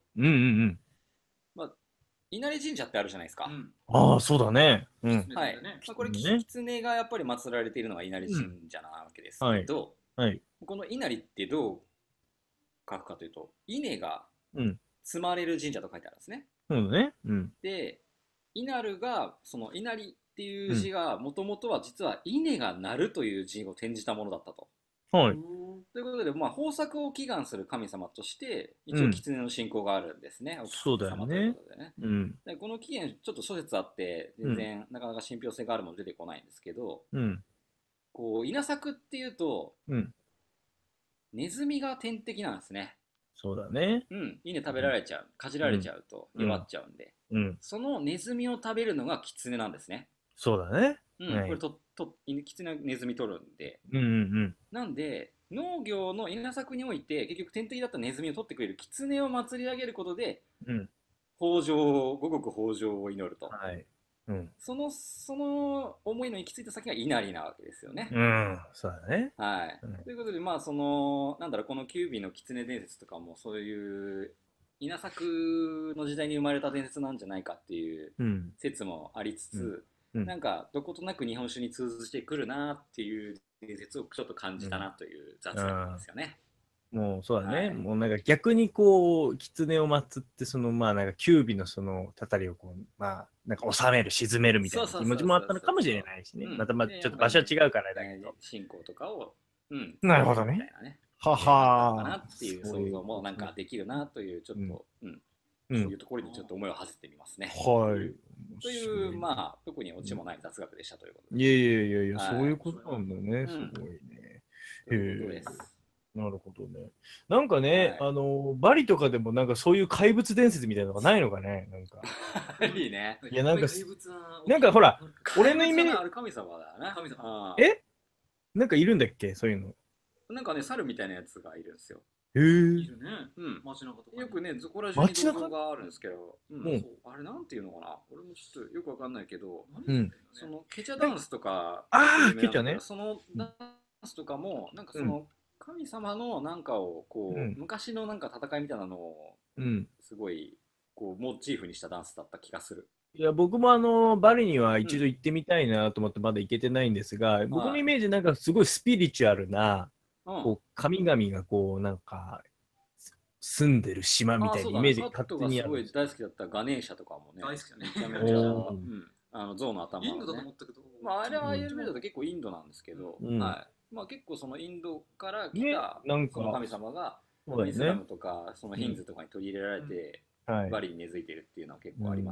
稲荷神社ってあるじゃないですか。 ああ、そうだね。 はい。これ、狐がやっぱり祀られているのが稲荷神社なわけですけど、この稲荷ってどう書くかというと、稲が積まれる神社と書いてあるんですね。 そうだね。 で、稲荷が、その稲荷っていう字が、もともとは実は稲が鳴るという字を転じたものだったと。 はい。 ということで、豊作を祈願する神様として、一応、狐の信仰があるんですね。 そうだよね。 でこの起源、ちょっと諸説あって、全然なかなか信憑性があるもの出てこないんですけど、こう稲作っていうと、ネズミが天敵なんですね。 そうだね。 稲食べられちゃう、かじられちゃうと弱っちゃうんで、そのネズミを食べるのが狐なんですね。 そうだね。 これ狐はネズミ取るんで、なんで農業の稲作において結局天敵だったネズミを取ってくれる狐を祭り上げることで、五穀豊穣を祈ると、その思いの行き着いた先が稲荷なわけですよね。 そうだね。 ということでなんだろう、このキュービの狐伝説とかもそういう稲作の時代に生まれた伝説なんじゃないかっていう説もありつつ、なんかどことなく日本酒に通じてくるなっていう伝説をちょっと感じたなという雑談なんですよね。 もうそうだね。もうなんか逆にこう狐を祀ってなんかキュービのそのたたりをこうなんか収める沈めるみたいな気持ちもあったのかもしれないしね。またちょっと場所は違うからだけど。 信仰とかをなるほどね。ははかなっていう想像もなんかできるなというちょっとそういうところにちょっと思いを馳せてみますね。 はい。 という特にオチもない雑学でしたということで。いやそういうことなんだね。すごいね。 ということです。 なるほどね。なんかね、バリとかでもなんかそういう怪物伝説みたいなのがないのかね、なんか。 いいね。 いやなんかほら、俺のイメージ。 ある神様だな。神様。 なんかいるんだっけ、そういうの。 なんかね、猿みたいなやつがいるんですよ。 いるね。街中とか。よくね、そこら中に動画があるんですけど、あれなんていうのかな。俺もちょっとよくわかんないけど、そのケチャダンスとか、 ケチャね。 そのダンスとかも、なんかその、神様のなんかをこう、昔のなんか戦いみたいなのをすごいこうモチーフにしたダンスだった気がする。 いや僕もバリには一度行ってみたいなと思ってまだ行けてないんですが、僕のイメージなんかすごいスピリチュアルなこう神々がこうなんか住んでる島みたいなイメージが勝手にある。 すごい大好きだったガネーシャとかもね。 大好きだね。 めちゃめちゃ象の頭。 インドだと思ったけど。 あれはアイルベーダだと結構インドなんですけど、はい。結構そのインドから来たその神様がイスラムとかそのヒンズーとかに取り入れられてバリに根付いてるっていうのは結構ありますね。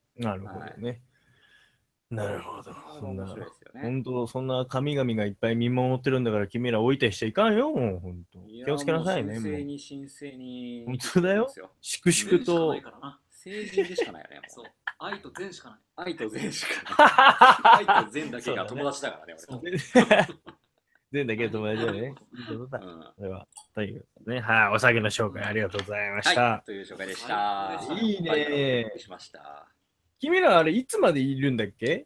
なるほどね。なるほど。 面白いですよね。 本当、そんな神々がいっぱい見守ってるんだから、君ら置いてしちゃいかんよ、もう、本当。気をつけなさいね、もう。 神聖に。 本当だよ。粛々と。 成人でしかないよね。 そう。愛と善しかない。 愛と善しかない。愛と善だけが友達だからね、俺。 善だけが友達だよね。いいことだ。それは。ということね。はい、お酒の紹介ありがとうございました。 という紹介でした。 いいね。 しました。 君らあれいつまでいるんだっけ？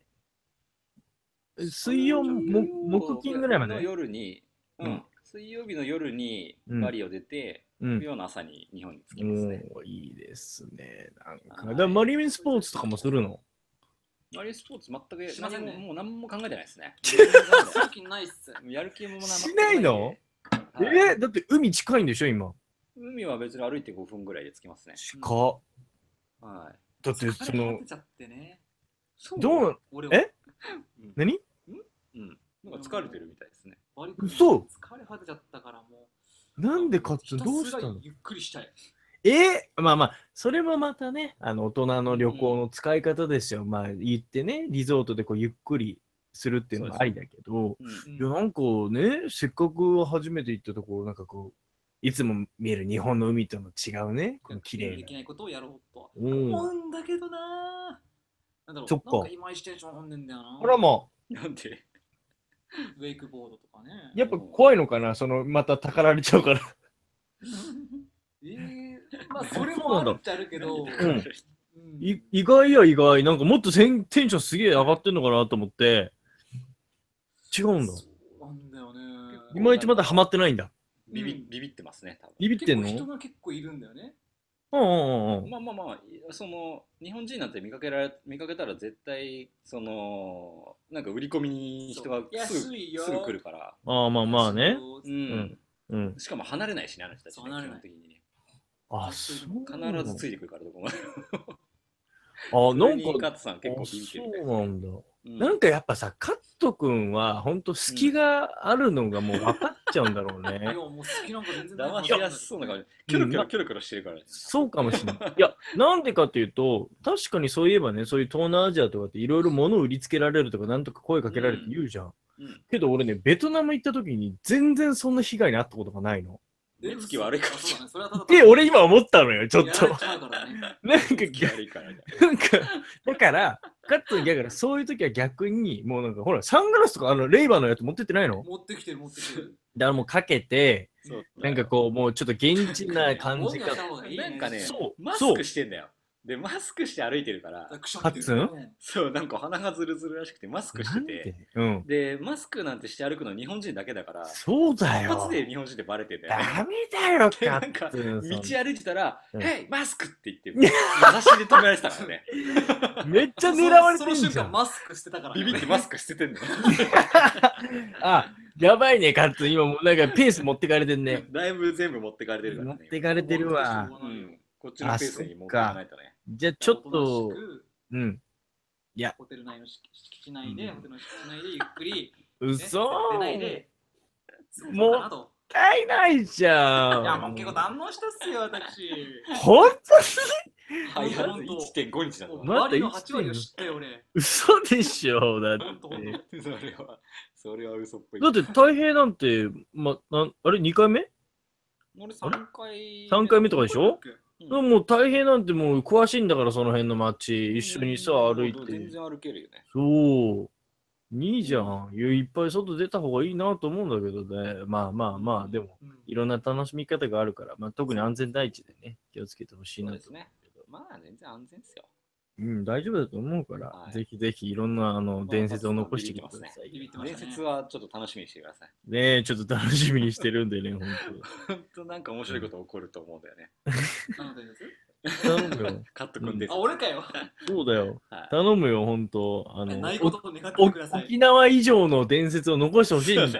水曜、木金ぐらいまで。 夜に、水曜日の夜にバリを出て、木曜の朝に日本に着きますね。 いいですね。なんか、マリンスポーツとかもするの？ マリンスポーツ全くもう何も考えてないですね。 やる気ないっす。 やる気もしないの？だって海近いんでしょ、今。 海は別に歩いて5分ぐらいで着きますね。 近っ。 はい。 だってそのどう何？ なんか疲れてるみたいですね。 そう。 疲れ果てちゃったからもう。なんでかってどうしたの？ ゆっくりしたい。 まあまあ、それもまたね、大人の旅行の使い方ですよ。まあ言ってね、リゾートでこうゆっくりするっていうのはありだけど、いやなんかね、せっかく初めて行ったところ、なんかこう、いつも見える日本の海との違うね、この綺麗な。 できないことをやろうと思うんだけどな。なんだろう、 そっか。 なんか今テンションなんでんだよな。 あらまあ。 なんでウェイクボードとかね。 やっぱ怖いのかな、またたかられちゃうから。 まあそれもあるっちゃあるけど、 意外や意外、なんかもっとテンションすげえ上がってんのかなと思って、違うんだ。 そうなんだよね。 いまいちまだハマってないんだ。 ビビってますね、多分。 ビビってんの？ 人が結構いるんだよね。 まあまあまあ、日本人なんて見かけたら絶対、なんか売り込みに人がすぐ来るから。 まあまあね。 しかも離れないしね、あの人たちね、基本的にね。必ずついてくるから、どこまで。 なんか、カットさん結構ビビってるみたいですね。 そうなんだ。なんかやっぱさ、カット君は本当隙があるのがもう分かっちゃうんだろうね。 いや、もう隙なんか全然ない。 騙しやすそうな感じ。キョロキョロしてるからね。 そうかもしれない。いや、なんでかっていうと、確かにそういえばね、そういう東南アジアとかっていろいろ物を売りつけられるとか、なんとか声かけられて言うじゃん。けど俺ね、ベトナム行った時に全然そんな被害に遭ったことがないの。 目つき悪いからって俺今思ったのよ、ちょっと。なんか、だから、カットだからそういう時は逆に、もうなんかほら、サングラスとかレイバーのやつ持ってってないの？ 持ってきてる。 だからもうかけて、なんかこう、もうちょっと現地な感じが。 なんかね、マスクしてんだよ。で、マスクして歩いてるから、 カッツン？ そう、なんか鼻がズルズルらしくて、マスクしてて、で、マスクなんてして歩くの日本人だけだから、 そうだよ。 一発で日本人でバレてんだよ。 ダメだよ、 なんか、道歩いてたら、ヘイ、マスクって言って、裸足で止められてたからね。 めっちゃ狙われてるじゃん。 その瞬間マスクしてたから。 ビビってマスク捨ててんの。 やばいね、カッツン。今もうなんかペース持ってかれてんね。 だいぶ全部持ってかれてるからね。 持ってかれてるわ。 こっちのペースに持ってかないとね。 じゃあちょっと、いや。 ホテル内の敷地内で、ゆっくり。 嘘出ないで。 もったいないじゃん。 いや、もう結構堪能したっすよ、私。 本当にはい、1.5 日だと。 周りの8割を知ったよ、俺。 嘘でしょ、だって。 それは嘘っぽい。 だって太平なんて、あれ2回目？ 俺3回。 3回目とかでしょ？もう太平なんてもう詳しいんだから、その辺の街、一緒にさ、歩いて。 全然歩けるよね。 そう。いいじゃん。いっぱい外出た方がいいなと思うんだけどね。まあ、でも、いろんな楽しみ方があるから、特に安全第一でね、気をつけてほしいなと。 そうですね。まあ、全然安全ですよ。 大丈夫だと思うから、ぜひぜひいろんな伝説を残してきてください。 伝説はちょっと楽しみにしてください。 ねえ、ちょっと楽しみにしてるんでね、 本当なんか面白いこと起こると思うんだよね。 頼むよ。 カット君です。 俺かよ。 そうだよ。頼むよ、本当。 ないことを願ってください。 沖縄以上の伝説を残してほしいんだよね。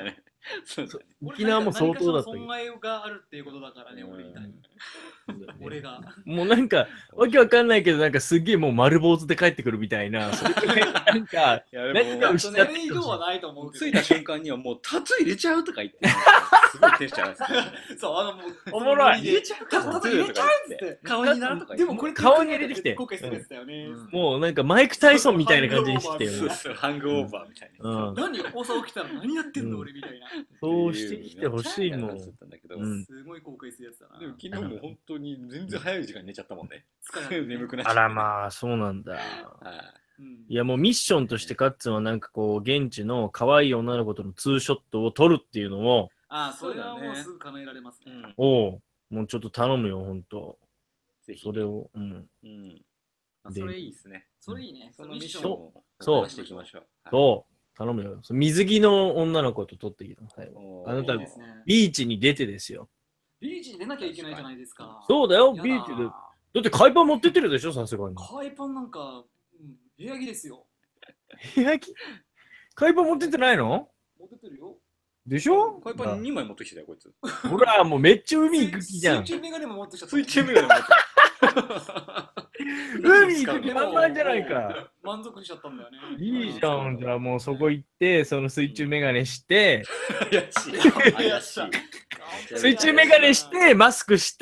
沖縄も相当だったけど。 損害があるっていうことだからね、俺みたいに。俺が。 もうなんか、わけわかんないけど、なんかすげえもう丸坊主で帰ってくるみたいな、それくらいなんか、何か失って以上はないと思うけど。 着いた瞬間にはもうタトゥー入れちゃうとか言って、すごいテンション上がって。 そう、もう、 おもろい。 入れちゃうタトゥー入れちゃうっつって。 顔になとかでもこれ顔に入れてきて。もうなんかマイク・タイソンみたいな感じにしてよ。 ハングオーバーみたいな。 何朝起きたら何やってんの俺みたいな。 そうしてきてほしいもん。 すごい後悔するやつだな。 でも昨日も本当に全然早い時間に寝ちゃったもんね。眠くなっちゃった。あらまあ、そうなんだ。いやもうミッションとしてカッツンはなんかこう現地の可愛い女の子とのツーショットを撮るっていうのを、 それはもうすぐ叶えられますね。 もうちょっと頼むよ、ほんと。それを、 それいいですね。 それいいね。 そのミッションをしていきましょう。 そう。頼むよ。水着の女の子と撮ってきた。あなた、ビーチに出てですよ。 ビーチに出なきゃいけないじゃないですか。 そうだよ、ビーチで。だって海パン持ってってるでしょ、さすがに。 海パンなんか、部屋着ですよ。 部屋着海パン持ってってないの？ 持ってってるよ。 でしょ？ 海パン2枚持ってきてたよ、こいつ。 ほら、もうめっちゃ海行く気じゃん。 水中メガネも持ってきた。 水中メガネも持ってきた。 海行く気満々じゃないか。 満足しちゃったんだよね。 いいじゃん。じゃあもうそこ行って、その水中メガネして、 怪しい。 水中メガネして、マスクして、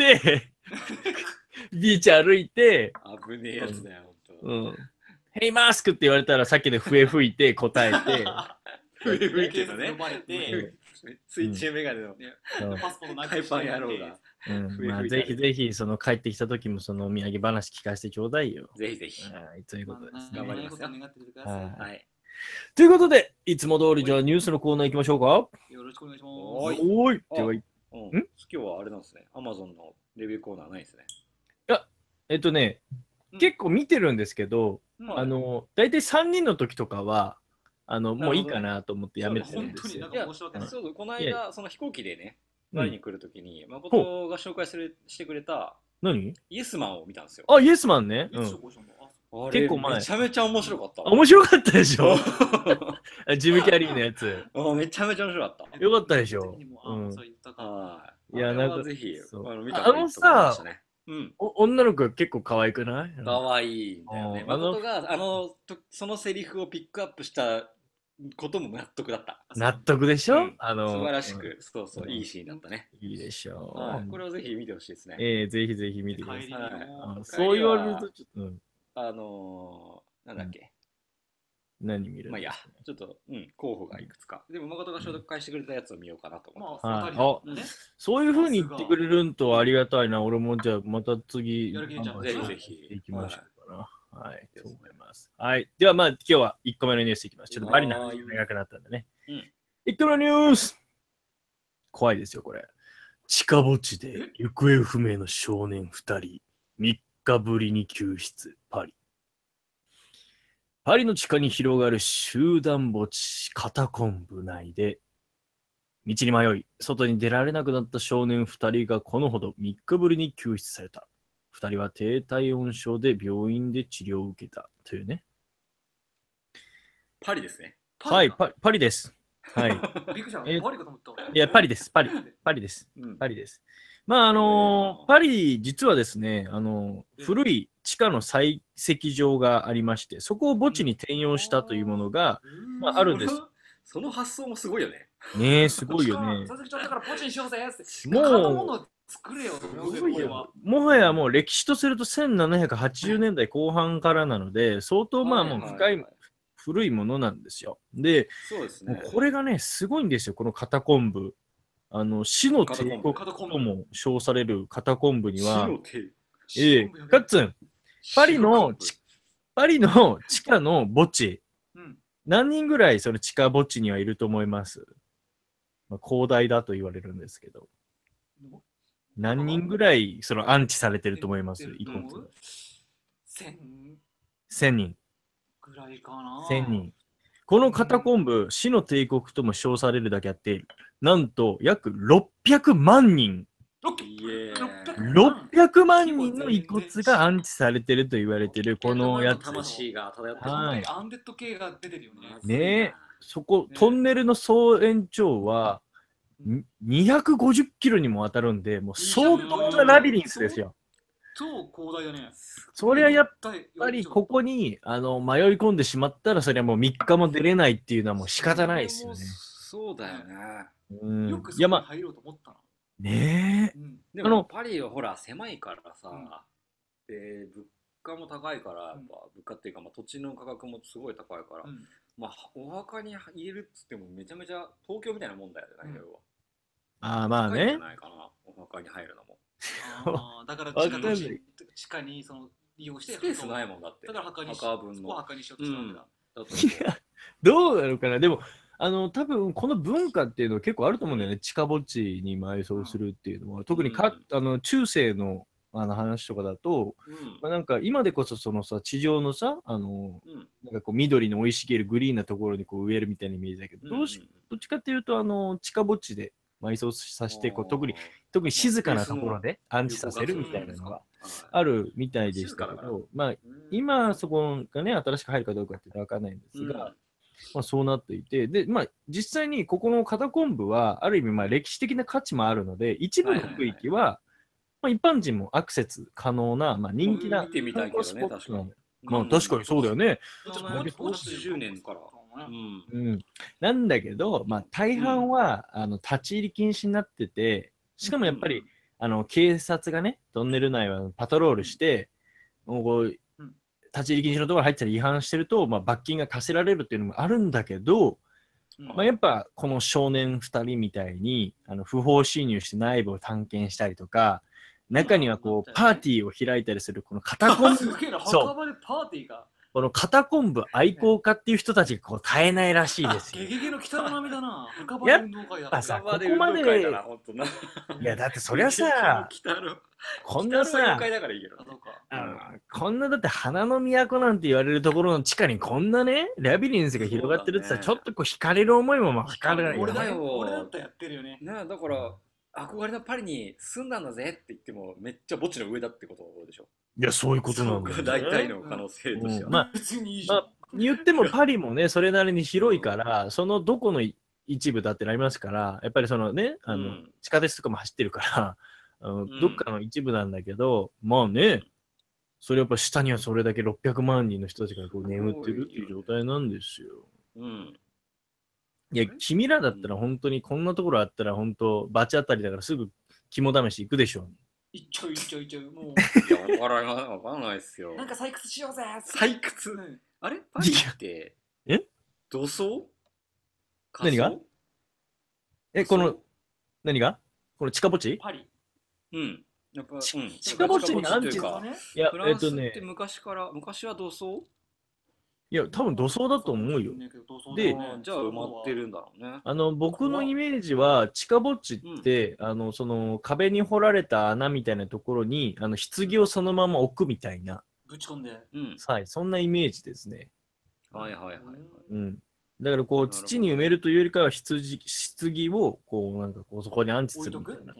ビーチ歩いて、 危ねえやつだよ、 ほんと。ヘイマスクって言われたらさっきで笛吹いて答えて、 吹いてたね。水中メガネのパスポートな海パン野郎が。 ぜひぜひ、その帰ってきた時もそのお土産話聞かせてちょうだいよ。 ぜひぜひ。 ということですね。 頑張りますよ。 はい。 ということで、いつも通りじゃあニュースのコーナー行きましょうか。 よろしくお願いします。 おい。では、 今日はあれなんですね。Amazon のレビューコーナーないですね。 いや、結構見てるんですけど、大体3人の時とかは、もういいかなと思ってやめてるんですよ。 そうこの間、その飛行機でね、バリに来るときに、誠が紹介してくれた、 何？ イエスマンを見たんですよ。 あ、イエスマンね。 結構前。めちゃめちゃ面白かった。 面白かったでしょ？ジム・キャリーのやつ。 めちゃめちゃ面白かった。 よかったでしょ？ いや、なんかぜひ、 さ、女の子結構可愛くない？ 可愛いんだよね。誠がそのセリフをピックアップしたことも納得だった。 納得でしょ？ 素晴らしく、そう、いいシーンだったね。 いいでしょう。これをぜひ見てほしいですね。 ぜひぜひ見てください。そう言われるとちょっと、なんだっけ。 何見る？ まあいや、ちょっと、候補がいくつか。でも、誠が紹介してくれたやつを見ようかなと思ってます。そういうふうに言ってくれるんとありがたいな。俺もじゃあまた次、 ぜひぜひ行きましょうかな。はい、と思います。はい。ではまあ今日は1個目のニュースいきます。ちょっとバリの話が長くなったんでね。1個目のニュース。怖いですよ、これ。地下墓地で行方不明の少年2人。3日ぶりに救出、パリ。パリの地下に広がる集団墓地カタコンブ内で道に迷い外に出られなくなった少年2人がこのほど3日ぶりに救出された。2人は低体温症で病院で治療を受けたというね。 パリですね。 はい、パリです。はい。いや、パリです。パリです。パリです。まあパリ実はですね、古い地下の採石場がありまして、そこを墓地に転用したというものが、あるんです。 その発想もすごいよね。 ねえ、すごいよね。もはやもう歴史とすると1780年代後半からなので、相当まあもう深い、古いものなんですよ。で、これがね、すごいんですよ、このカタコンブ。死の帝国とも称されるカタコンブには、カッツン、パリの地下の墓地、何人ぐらいその地下墓地にはいると思います？広大だと言われるんですけど。何人ぐらいその安置されてると思います？遺骨。1000人。 ぐらいかな。 1000人。このカタコンブ、死の帝国とも称されるだけあって、なんと約600万人。600万人の遺骨が安置されてると言われてるこのやつ。 魂が漂ってる。アンデッド系が出てるよね。 ねえ、そこ、トンネルの総延長は 250キロにもわたるんで、もう相当なラビリンスですよ。 超広大だね。 そりゃやっぱりここに迷い込んでしまったら、それはもう3日も出れないっていうのはもう仕方ないですよね。 そうだよね。よくそこに入ろうと思ったな。 ねえ。でもパリはほら狭いからさ、で物価も高いから、やっぱ物価っていうか、土地の価格もすごい高いから、お墓に入れるっつってもめちゃめちゃ東京みたいなもんだよね、要は。 まあね。 じゃないかな、お墓に入るのも。 だから地下にその利用してスペースないもんだって。 だから墓分の墓にしようとしたわけだ。どうなのかな。でも多分この文化っていうのは結構あると思うんだよね。地下墓地に埋葬するっていうのは、特に中世の話とかだと、なんか今でこそそのさ地上のさなんかこう緑の生い茂るグリーンなところにこう植えるみたいなイメージだけど、どっちかっていうと地下墓地で埋葬させて特に静かなところで安置させるみたいなのがあるみたいでしたけど、今そこがね新しく入るかどうかって分からないんですが、そうなっていて、で実際にここのカタコンブはある意味歴史的な価値もあるので、一部の区域は一般人もアクセス可能な人気な観光スポットなの。確かにそうだよね。 80年から。 なんだけど、大半は立ち入り禁止になってて、しかもやっぱり警察がね、トンネル内はパトロールして、立ち入り禁止のところに入ったら違反してると、罰金が課せられるっていうのもあるんだけど、やっぱこの少年2人みたいに不法侵入して内部を探検したりとか、中にはこうパーティーを開いたりするこのカタコンブこのカタコンブ愛好家っていう人たちがこう絶えないらしいですよ。 ゲゲゲの北の波だな。 やっぱさ、ここまでいやだってそりゃさ、こんなさ、こんなだって花の都なんて言われるところの地下にこんなねラビリンスが広がってるってさ、ちょっとこう惹かれる思いも分かる。 俺だったらやってるよね。 だから憧れのパリに住んだんだぜって言ってもめっちゃ墓地の上だってことでしょ。 いやそういうことなんだよね。 大体の可能性としては。 言ってもパリもねそれなりに広いから、そのどこの一部だってなりますから、やっぱりそのね地下鉄とかも走ってるからどっかの一部なんだけど、それやっぱ下にはそれだけ600万人の人たちがこう眠ってるっていう状態なんですよ。いや、君らだったら本当にこんなところあったら本当バチ当たりだからすぐ肝試し行くでしょ。 行っちゃうもう。 いや、わからないっすよ。 なんか採掘しようぜ。 採掘、あれパリって土葬？ 何が？この何が？この地下墓地？ パリ。 やっぱ地下墓地にアンチか。いやフランスって昔は土葬？ いや、多分土葬だと思うよ。 で、じゃあ埋まってるんだろうね。 僕のイメージは、地下墓地って、その壁に掘られた穴みたいなところに、棺をそのまま置くみたいな。 ぶち込んで。 はい、そんなイメージですね。 はいはいはい。 だからこう土に埋めるというよりかは棺をこうなんかこうそこに安置するみたいな。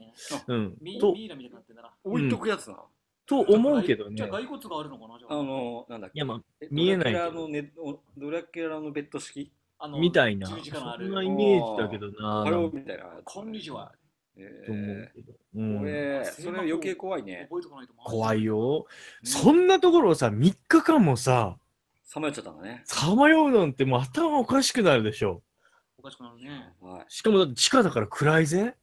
置いとくやつな。 と思うけどね。 じゃあ骸骨があるのかな。 なんだっけ。 いや見えない。 ドラキュラのベッド式みたいな。そんなイメージだけどな。 みたいな。 こんにちは。 と思うけど。 それ余計怖いね。 怖いよ。そんなところをさ3日間もさ。 さまよっちゃったんだね。 さまようなんてもう頭おかしくなるでしょ。 おかしくなるね。 しかもだって地下だから暗いぜ。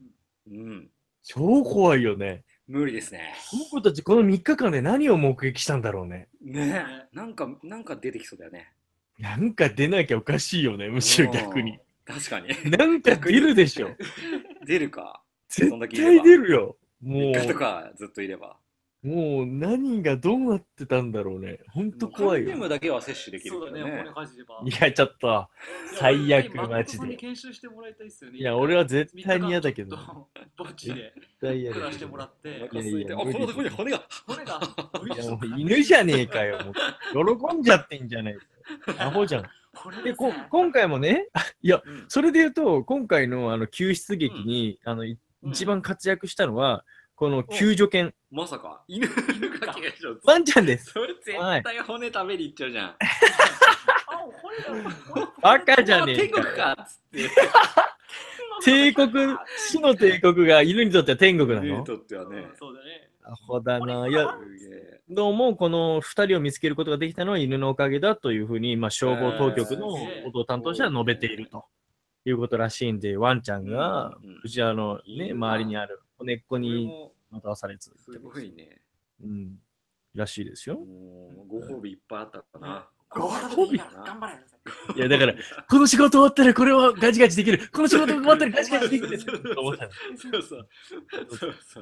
超怖いよね。 無理ですね。 この子たちこの3日間で何を目撃したんだろうね。 なんか出てきそうだよね。 なんか出なきゃおかしいよね、むしろ逆に。 確かに。 なんか出るでしょ。 出るか。 絶対出るよ。 もう。3日とかずっといれば。 もう何がどうなってたんだろうね。ほんと怖いよ。 カルニウムだけは摂取できるけどね。 いや、ちょっと、最悪マジで。いや、俺は絶対に嫌だけど。 絶対嫌だ。いや、このとこに骨が。 いや、もう犬じゃねえかよ。喜んじゃってんじゃねえか。アホじゃん。で、今回もね、いや、それで言うと、今回の救出劇に一番活躍したのは、この救助犬。 まさか犬がワンちゃんです。 それ絶対骨食べに行っちゃうじゃん。 バカじゃねえか。天国かっつって。 帝国、死の帝国が犬にとっては天国なの？ 犬にとってはね。 そうだね。 アホだな。いや、どうもこの2人を見つけることができたのは犬のおかげだというふうに、まあ、消防当局の報道担当者は述べているということらしいんで、ワンちゃんが、うちのね、周りにある根っこにまたされつすごいね。 うん。らしいですよ。 ご褒美いっぱいあったかな。 ご褒美頑張れ。 いや、だから、この仕事終わったらこれはガチガチできる。この仕事終わったらガチガチできる。 そうそう。そうそう。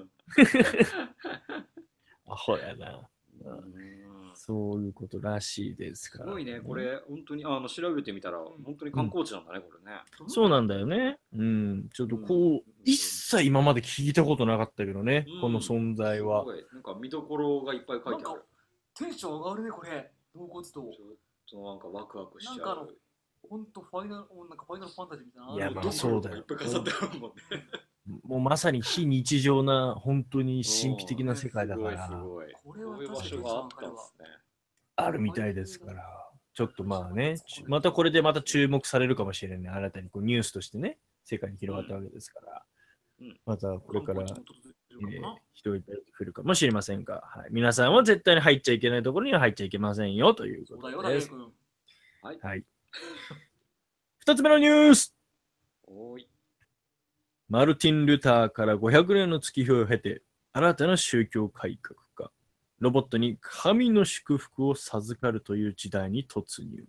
アホやな。そういうことらしいですから。 すごいね。これ、本当に調べてみたら、本当に観光地なんだね、これね。 そうなんだよね。うん。ちょっとこう、一切今まで聞いたことなかったけどね、この存在は。 なんか見どころがいっぱい書いてある。 テンション上がるね、これ。納骨堂。 ちょっとなんかワクワクしちゃう。 なんかほんとファイナルファンタジーみたいな。 いや、まあそうだよ。 いっぱい飾ってあるもんね。 もうまさに非日常な、本当に神秘的な世界だから。 すごい。 これはこういう場所があったんですね。 あるみたいですから。ちょっとまあね、またこれでまた注目されるかもしれない。新たにこうニュースとしてね、世界に広がったわけですから。またこれから、人がいっぱい来るかもしれませんが、はい、皆さんは絶対に入っちゃいけないところには入っちゃいけませんよということです。はい。2つ目のニュース。マルティン・ルターから500年の月日を経て、新たな宗教改革が、ロボットに神の祝福を授かるという時代に突入。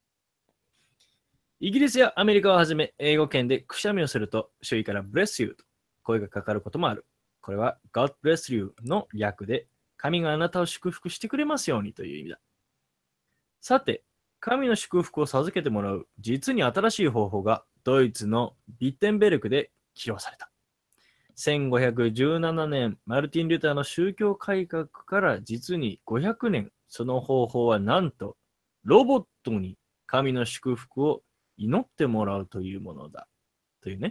イギリスやアメリカをはじめ、英語圏でくしゃみをすると、周囲から Bless you と声がかかることもある。これは God bless you の略で、神があなたを祝福してくれますようにという意味だ。さて、神の祝福を授けてもらう実に新しい方法がドイツのビッテンベルクで披露された。1517年、マルティン・ルターの宗教改革から実に500年、その方法はなんとロボットに神の祝福を祈ってもらうというものだ。というね。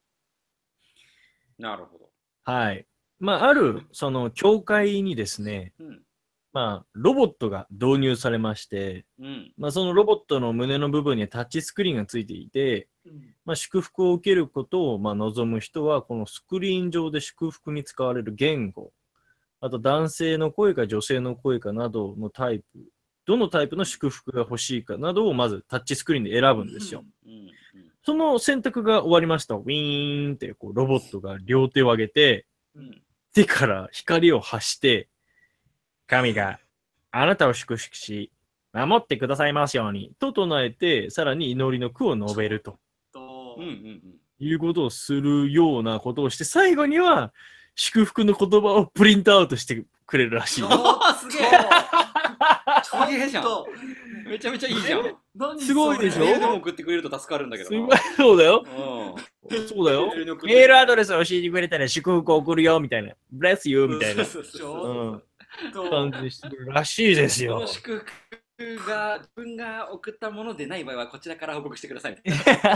なるほど。 はい。まあ、ある、その、教会にですね、まあ、ロボットが導入されまして、まあ、そのロボットの胸の部分にはタッチスクリーンがついていて、まあ、祝福を受けることをまあ望む人は、このスクリーン上で祝福に使われる言語、あと男性の声か女性の声かなどのタイプ、どのタイプの祝福が欲しいかなどをまずタッチスクリーンで選ぶんですよ。その選択が終わりました。ウィーンってこうロボットが両手を上げて、手から光を発して、神があなたを祝福し、守ってくださいますようにと唱えて、さらに祈りの句を述べると。いうことをするようなことをして、最後には祝福の言葉をプリントアウトしてくれるらしい。 すげえすげえじゃん。めちゃめちゃいいじゃん。 すごいでしょ。 メールでも送ってくれると助かるんだけど。 そうだよ。そうだよ。メールアドレスを教えてくれたら祝福を送るよみたいな。Bless you みたいな。感じにしてるらしいですよ。 この祝福が自分が送ったものでない場合はこちらから報告してください。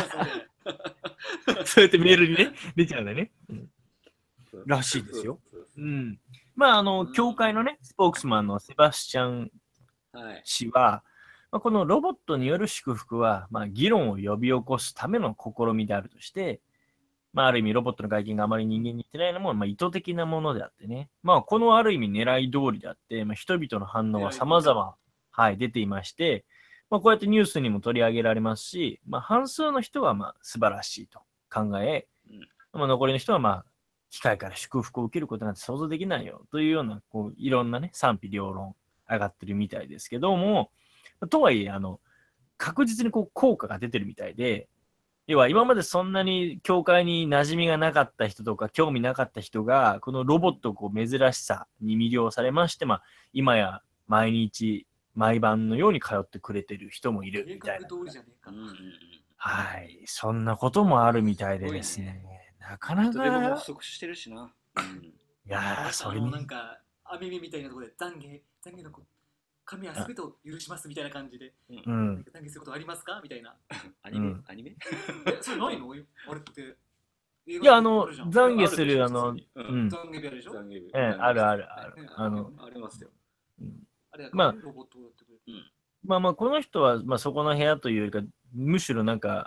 そうやってメールにね、出ちゃうんだね。らしいですよ。まあ、教会のね、スポークスマンのセバスチャン氏は、まあ、このロボットによる祝福は、まあ、議論を呼び起こすための試みであるとして、まあ、ある意味ロボットの外見があまり人間に似てないのも、まあ、意図的なものであってね。まあ、このある意味狙い通りであって、まあ、人々の反応は様々、はい、出ていまして、まあ、こうやってニュースにも取り上げられますし、まあ、半数の人はまあ素晴らしいと考え、まあ、残りの人はまあ機械から祝福を受けることなんて想像できないよというようなこういろんなね賛否両論上がってるみたいですけども、とはいえ確実にこう効果が出てるみたいで、要は今までそんなに教会に馴染みがなかった人とか興味なかった人がこのロボットこう珍しさに魅了されまして、まあ、今や毎日毎晩のように通ってくれてる人もいるみたいな。はい、そんなこともあるみたいでですね。なかなか。 でも不足してるしな。 いやー、それに。 なんか、アメミみたいなところで懺悔の神は全てを許しますみたいな感じで。懺悔することありますかみたいな。 アニメそれないのあれって。 いや、懺悔する、 懺悔あるでしょある。 ありますよ。 まあ、この人は、まあ、そこの部屋というよりか、むしろなんか、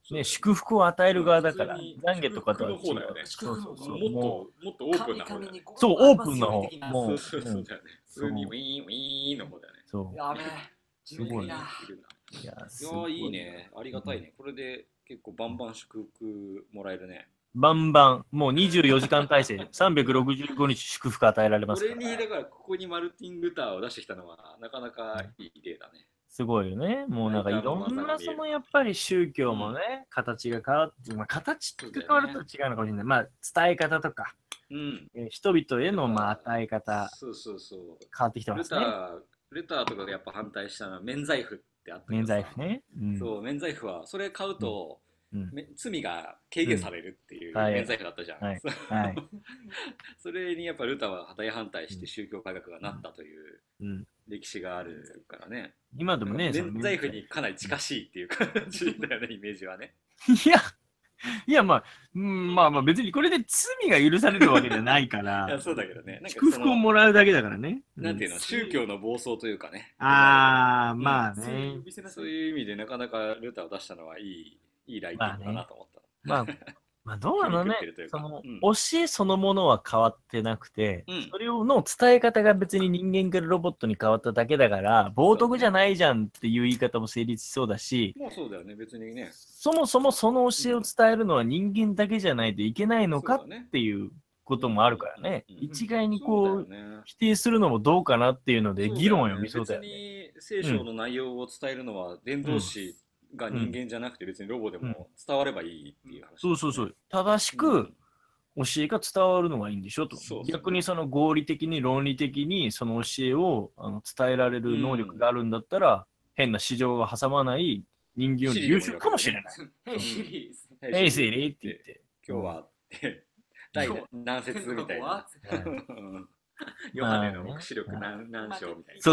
ね、祝福を与える側だから、懺悔とかとは違う。 そうそうそう。もっとオープンな方だね。 そう、オープンな方。 もう、そうだよね。普通にウィーン、ウィーンの方だよね。 そう。 やべえ。 すごいね。 いや、いいね。ありがたいね。これで結構バンバン祝福もらえるね。 バンバン、もう24時間体制、365日祝福与えられますから。 これに、だからここにマルティン・ルターを出してきたのは、なかなかいい例だね。 すごいよね。もうなんかいろんなそのやっぱり宗教もね、形が変わって、まあ、形が変わると違うのかもしれない。まあ伝え方とか、人々へのまあ与え方、変わってきてますね。 ルターとかがやっぱ反対したのは免罪符ってあったけど、 免罪符ね。 そう、免罪符はそれ買うと、罪が軽減されるっていう免罪符だったじゃん。それにやっぱルターは大反対して宗教改革がなったという歴史があるからね。 今でもね、 免罪符にかなり近しいっていう感じだよね、イメージはね。 いや、まあ別にこれで罪が許されるわけじゃないから。 いや、そうだけどね。 祝福をもらうだけだからね。 なんていうの、宗教の暴走というかね。 まあね。 そういう意味でなかなかルターを出したのはいいライティングだなと思った。 まあどうなのね、その教えそのものは変わってなくて、それの伝え方が別に人間からロボットに変わっただけだから、冒涜じゃないじゃんっていう言い方も成立しそうだし、 もうそうだよね、別にね。 そもそもその教えを伝えるのは人間だけじゃないといけないのかっていうこともあるからね、一概にこう否定するのもどうかなっていうので議論を読みそうだよね。 別に聖書の内容を伝えるのは伝道師が人間じゃなくて別にロボでも伝わればいいっていう話、 そう。正しく教えが伝わるのがいいんでしょと。逆にその合理的に論理的にその教えを伝えられる能力があるんだったら、変な市場が挟まない人間より優秀かもしれない。 ヘイシリヘイシリって言って。 今日は第何節みたいな。ヨハネの黙示録何章みたいな。 そう。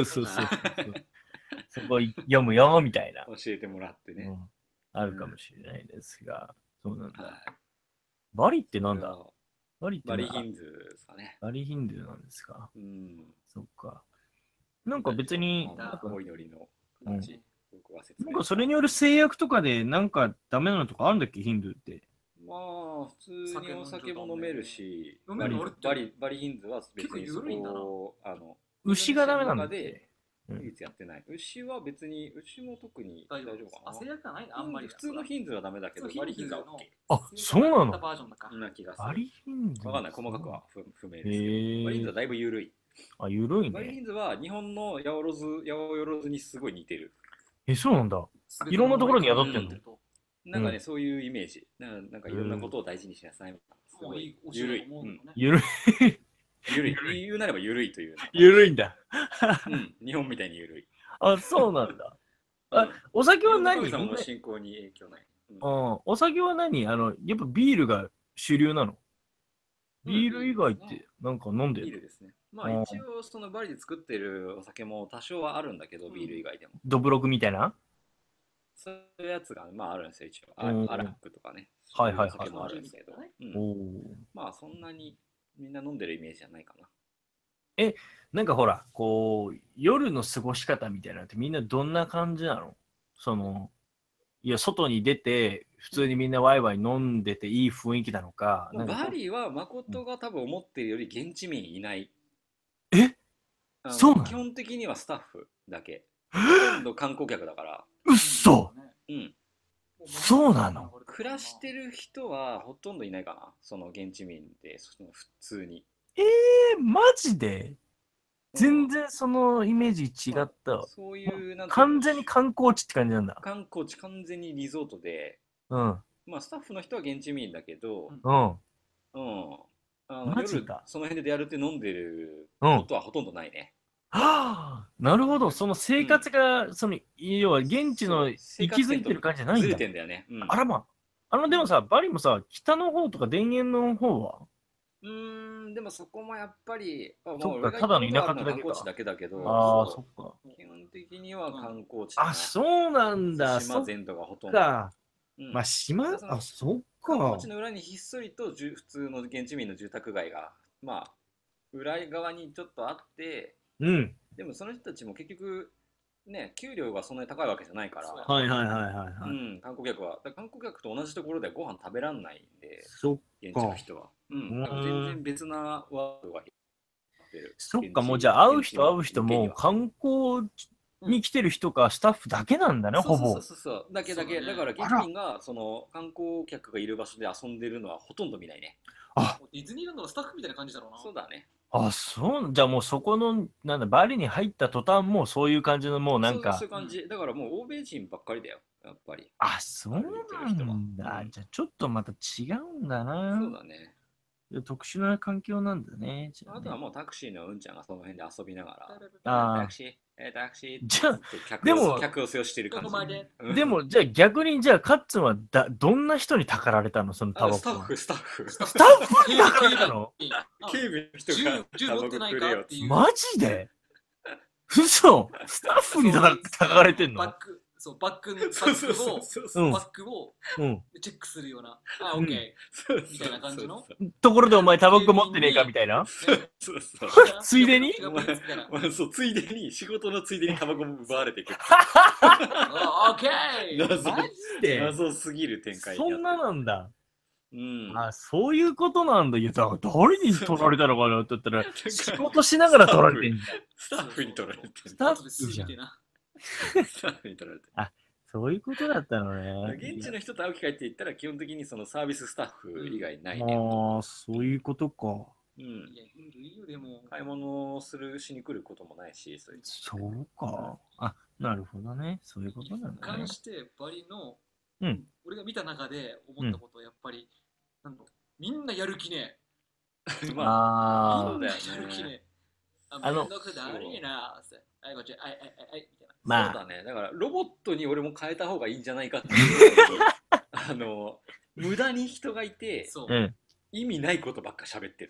そこ読むよみたいな。 教えてもらってね。 あるかもしれないですが、そうなんだ。バリってなんだ？ バリヒンズーですかね。 バリヒンドゥーなんですか。そっか。なんか別に、 お祈りの形。 なんかそれによる制約とかでなんかダメなのとかあるんだっけ、ヒンドゥーって。 まあ、普通にお酒も飲めるし、バリヒンズは別にそこを、 牛がダメなんだっけ？唯一やってない。牛は別に、牛も特に大丈夫かな。制約はないな、あんまり。普通のヒンズはダメだけど、バリヒンズは OK。 あ、そうなの？ な気がする。 バリヒンズわかんない、細かくは不明ですけど。バリヒンズはだいぶ緩い。 あ、緩いね。 バリヒンズは日本の八百万にすごい似てる。 そうなんだ。いろんなところに宿ってんの？ なんかね、そういうイメージ。なんかいろんなことを大事にしなさい。すごい緩い。 緩い。 言うなれば緩いという。 緩いんだ。 日本みたいに緩い。 あ、そうなんだ。お酒は何？ さんも進行に影響ない。 お酒は何？やっぱビールが主流なの？ビール以外ってなんか飲んでる？ ビールですね。まあ一応そのバリで作ってるお酒も多少はあるんだけど、ビール以外でも。 ドブロクみたいな？ そういうやつがまああるんですよ、一応。アラックとかね。 はい。 酒もあるんですけど。まあそんなにみんな飲んでるイメージじゃないかな。 なんかほら、こう、夜の過ごし方みたいなのってみんなどんな感じなの？いや、外に出て、普通にみんなワイワイ飲んでていい雰囲気なのか。 バリは誠が多分思っているより現地民いない。 そうなの？ 基本的にはスタッフだけ。ほとんど観光客だから。 うっそ！そうなの？ 暮らしてる人はほとんどいないかな。その現地民で、普通に。 マジで？全然そのイメージ違った。 そういうなん完全に観光地って感じなんだ。 観光地完全にリゾートで、まあスタッフの人は現地民だけど、夜その辺でやるって飲んでることはほとんどないね。 なるほど、その生活が、要は現地の息づいてる感じじゃないんだ。 ずれてんだよね。 あらま。でもさ、バリもさ、北の方とか田園の方はでもそこもやっぱり、 そっか、ただの田舎ってだけか。 観光地だけだけど、 そっか。 基本的には観光地。 そうなんだ。 島全土がほとんど。 まあ、島、そっか。 観光地の裏にひっそりと普通の現地民の住宅街が、まあ、裏側にちょっとあって、でもその人たちも結局、 ね、給料がそんなに高いわけじゃないから、 はいはいはいはい。 うん、観光客は。観光客と同じところでご飯食べらんないんで、 そっ現地の人は。うん、全然別なワードがそっか、もうじゃあ会う人も観光に来てる人かスタッフだけなんだね、ほぼ。 そう。だけ。だから現地民がその観光客がいる場所で遊んでるのはほとんど見ないね。 あ、ディズニーランドのスタッフみたいな感じだろうな。 そうだね。 あ、そうじゃあもうそこのなんだバリに入った途端もうそういう感じのもうなんかそういう感じだからもう欧米人ばっかりだよやっぱり。 あ、そうなんだ。じゃあちょっとまた違うんだな。 そうだね。 特殊な環境なんだね。 あとはもうタクシーのうんちゃんがその辺で遊びながら、タクシーじゃあでも客を背負してる感じ。 でもじゃあ逆にじゃあカッツンはどんな人にたかられたのそのタバコ。 スタッフにたかられたの？ 警備の人が銃持ってないかっていう。 マジで？嘘？スタッフにたかられてんの？ バッグをチェックするような、あ、オッケーみたいな感じのところでお前タバコ持ってねえかみたいな。ついでに？ そう、ついでに仕事のついでにタバコも奪われていく。 オッケー。 マジで？ 謎すぎる展開。 そんななんだ。 あ、 そういうことなんだ。いや、だから誰に取られたのかなって言ったら、仕事しながら取られてんじゃん。 スタッフに取られてる。 スタッフじゃん。 スタッフに取られてる。 あ、そういうことだったのね。 現地の人と会う機会って言ったら、基本的にそのサービススタッフ以外ないね。 ああ、そういうことか。 うん。いいよ、でも。買い物をしに来ることもないし、 そうか。あ、なるほどね。そういうことなんだね。 関してバリの、俺が見た中で思ったことはやっぱり、みんなやる気ね。 まあ、 みんなやる気ね。 まあ、そうだね。だからロボットに俺も変えた方がいいんじゃないかっていう無駄に人がいて、意味ないことばっか喋ってる。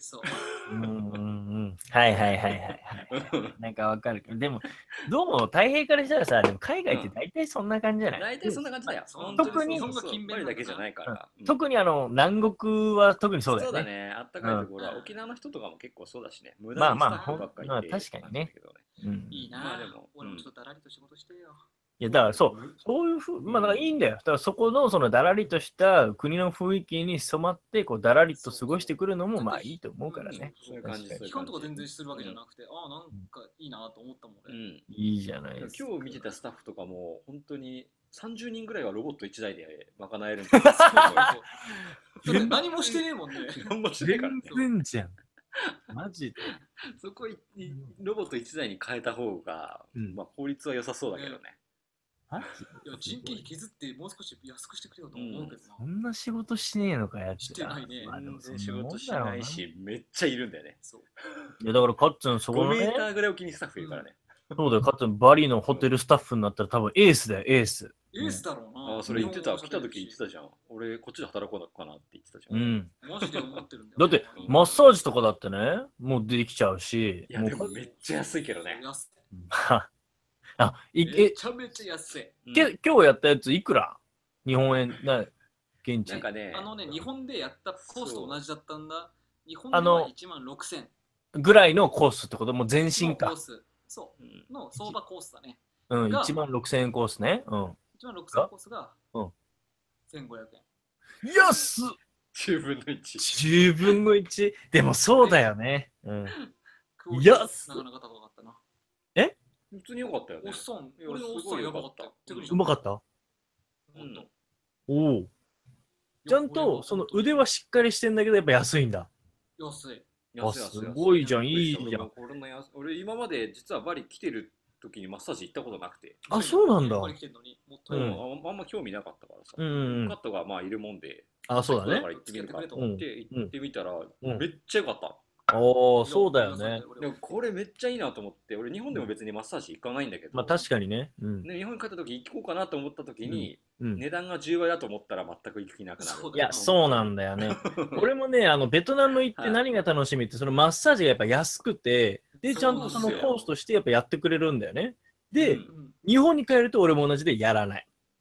はいはいはいはい。なんかわかるけど、でも、どうも太平からしたらさ、でも海外って大体そんな感じじゃない？ 大体そんな感じだよ。 特に、 バリだけじゃないから。 特に南国は特にそうだよね。 そうだね。あったかいところは沖縄の人とかも結構そうだしね。無駄にスタッフばっかりいて。 確かにね。 いいな。でも、俺もちょっとだらりと仕事してよ。 いやだからそういうふう、まあだからいいんだよ。だからそこのそのだらりとした国の雰囲気に染まってこうだらりと過ごしてくるのもまあいいと思うからね。 そういう感じ。批判とか全然するわけじゃなくて、ああなんかいいなと思ったもんね。 いいじゃないですか。今日見てたスタッフとかも本当に30人ぐらいはロボット1台で賄えるんじゃないですか。 何もしてねえもんね。 何もしてないから。 全然じゃん。マジで。 そこロボット1台に変えた方がまあ効率は良さそうだけどね。 いや人件費削ってもう少し安くしてくれよと思うけどな。 そんな仕事しねえのかやって。 してないね。 全然仕事しないし、めっちゃいるんだよね。 いやだからカッツンそこのね。 5メーターぐらい沖にスタッフいるからね。 そうだよ、カッツンバリのホテルスタッフになったら多分エースだよ、エース。 エースだろうな。 あ、それ言ってた。来た時言ってたじゃん。俺こっちで働こうかなって言ってたじゃん。 マジで思ってるんだよ。 だってマッサージとかだってね、もうできちゃうし。 いやでもめっちゃ安いけどね。 めちゃめちゃ安い。 今日やったやついくら？日本円現地。 なんかね、 日本でやったコースと同じだったんだ。日本では16,000 ぐらいのコースってことも全身か。 そうの相場コースだね。 16,000円コースね。 16,000コースが1,500 円。安っ！ 10分の1。 10分の1。でもそうだよね。 安っ！なかなか高かったな。 普通に良かったよね。 俺のおっさんやばかった。 うまかった？おお。ちゃんとその腕はしっかりしてんだけどやっぱ安いんだ。 安い。 すごいじゃん、いいじゃん。 俺今まで実はバリ来てる時にマッサージ行ったことなくて。 あ、そうなんだ。 あんま興味なかったからさ。カットがまあいるもんで。 あ、そうだね。 だから行ってみるかと思って行ってみたらめっちゃ良かった。 おお、そうだよね。 でもこれめっちゃいいなと思って、俺日本でも別にマッサージ行かないんだけど。 まあ確かにね。 日本に帰った時行こうかなと思った時に、値段が10倍だと思ったら全く行く気なくなる。 いや、そうなんだよね。俺もね、ベトナム行って何が楽しみって、そのマッサージがやっぱ安くて、で、ちゃんとそのコースとしてやっぱやってくれるんだよね。で、日本に帰ると俺も同じでやらない。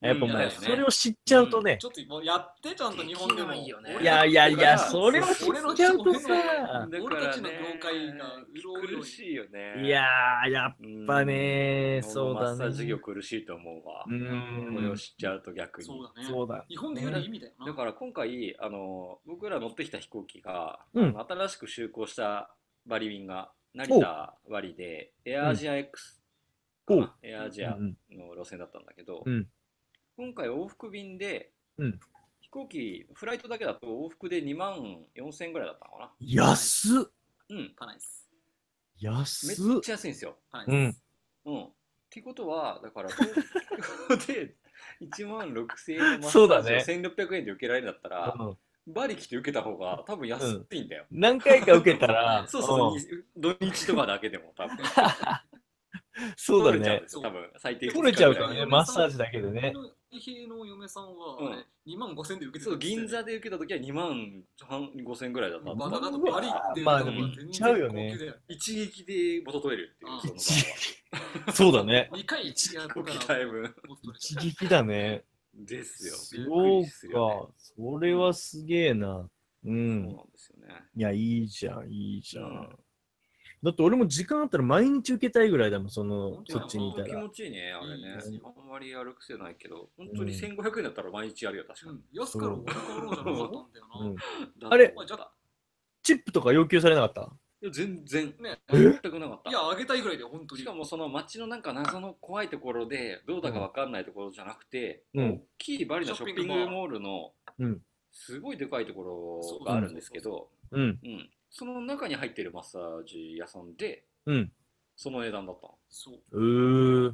やっぱもうそれを知っちゃうとね。 ちょっとやってちゃんと日本でも。いやいやいや、それを知っちゃうとさ。 俺たちの業界が苦しいよね。 いやー、やっぱね、そうだね。 マッサージ事業苦しいと思うわ。これを知っちゃうと逆に。 そうだね。日本でやる意味だよな。 だから今回、僕ら乗ってきた飛行機が、新しく就航した割便が、成田割で、エアアジア X。エアアジアの路線だったんだけど、今回往復便で、飛行機フライトだけだと往復で2万4000円ぐらいだったのかな。 安っ。 高いです。 安っ。 めっちゃ安いんですよ。ってことはだから東京で1万6000円のマッサージを1600円で受けられるんだったら、バリ来て受けた方が多分安いんだよ。 何回か受けたら、 そうそう、土日とかだけでも多分。 そうだね。 多分最低取れちゃうからね、マッサージだけでね。 家の嫁さんは2万5000円で受けてた。 銀座で受けた時は2万5000円ぐらいだった。 バカだとバリってまあでも行っちゃうよね。 一撃で元取れるっていう。 そうだね。 2回1やったら一撃だね。 ですよ。 そうか。それはすげえな。 そうなんですよね。 いや、いいじゃん、いいじゃん。だって俺も時間あったら毎日受けたいぐらいだもん、そっちにいたら。 気持ちいいね、あれね。あんまりやる癖ないけど、本当に1500円だったら毎日やるよ、確かに。 安から悪かろうじゃなかったんだよな。 あれ、チップとか要求されなかった？ いや、全然。全くなかった。 いや、あげたいぐらいで、本当に。 しかもその街のなんか謎の怖いところで、どうだかわかんないところじゃなくて、大きいバリのショッピングモールの、すごいでかいところがあるんですけど、その中に入ってるマッサージ屋さんで、その値段だったの。 そう。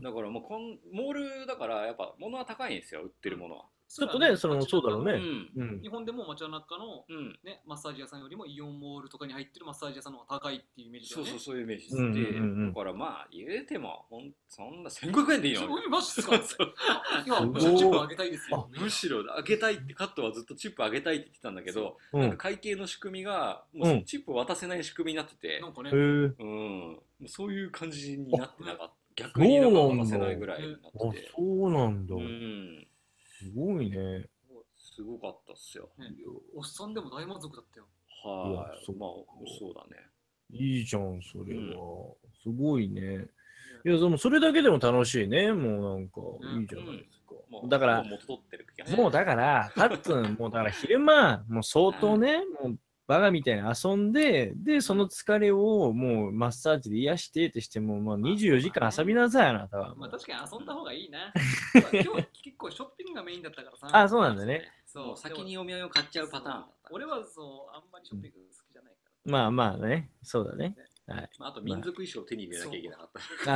だからもうモールだからやっぱ物は高いんですよ、売ってるものは。 ちょっとね、そうだろうね。 日本でも街中のマッサージ屋さんよりもイオンモールとかに入ってるマッサージ屋さんの方が高いっていうイメージだよね。 そういうイメージで。だからまあ言うてもそんな1500円でいいの？ マジっすか？今むしろチップあげたいですよ。 むしろあげたいってカットはずっとチップあげたいって言ってたんだけど、なんか会計の仕組みがもうチップ渡せない仕組みになってて、 なんかね、 そういう感じになってなかった。逆に渡せないぐらいになってて。 そうなんだ。すごいね。 すごかったっすよ。 おっさんでも大満足だったよ。 はい。まあ、そうだね。 いいじゃん、それは。すごいね。いや、でもそれだけでも楽しいね。もうなんか、いいじゃないですか。だから、もうだから、カッツン、もうだから昼間、もう相当ね、もうバカみたいに遊んで、で、その疲れをもうマッサージで癒してってしても、まあ24時間遊びなさい、あなたは。 まあ確かに遊んだ方がいいな。今日結構ショッピングがメインだったからさ。 あ、そうなんだね。 そう、先にお土産を買っちゃうパターンだった。 俺はそう、あんまりショッピング好きじゃないから。 まあまあね、そうだね。はい。 あと民族衣装を手に入れなきゃいけなかった。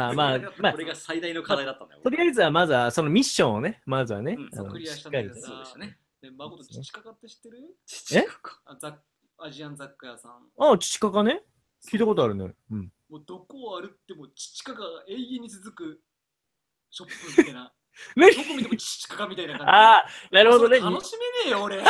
まあ、 これが最大の課題だったんだよ。 とりあえずはまずはそのミッションをね、まずはね。 クリアしたんだけどさ。 そうでしたね。 で、孫と父かかって知ってる？ え？ アジアン雑貨屋さん。 ああ、父かかね？聞いたことあるね。 もうどこを歩っても父かかが永遠に続くショップみたいな。どこ見ても父かかみたいな感じ。 ああ、なるほどね。 楽しめねえよ、俺。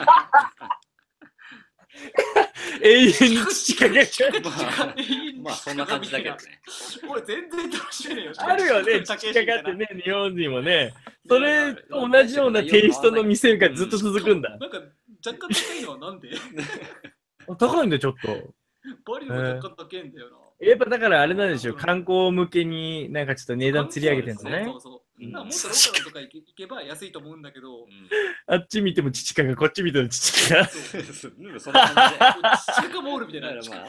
永遠に父かか。 まあ、そんな感じだけどね。 俺全然楽しめねえよ。 あるよね、父かかってね、日本人もね。それと同じようなテイストの店がずっと続くんだ。 なんか若干高いのはなんで？ 高いんだよ、ちょっと。 バリも若干高いんだよな。 やっぱだからあれなんでしょう、観光向けになんかちょっと値段釣り上げてんのね。 そうそう。もっとローカルとか行けば安いと思うんだけど、 あっち見ても父かが、こっち見ても父かが。 そんな感じで。 父かかモールみたいな。 父かか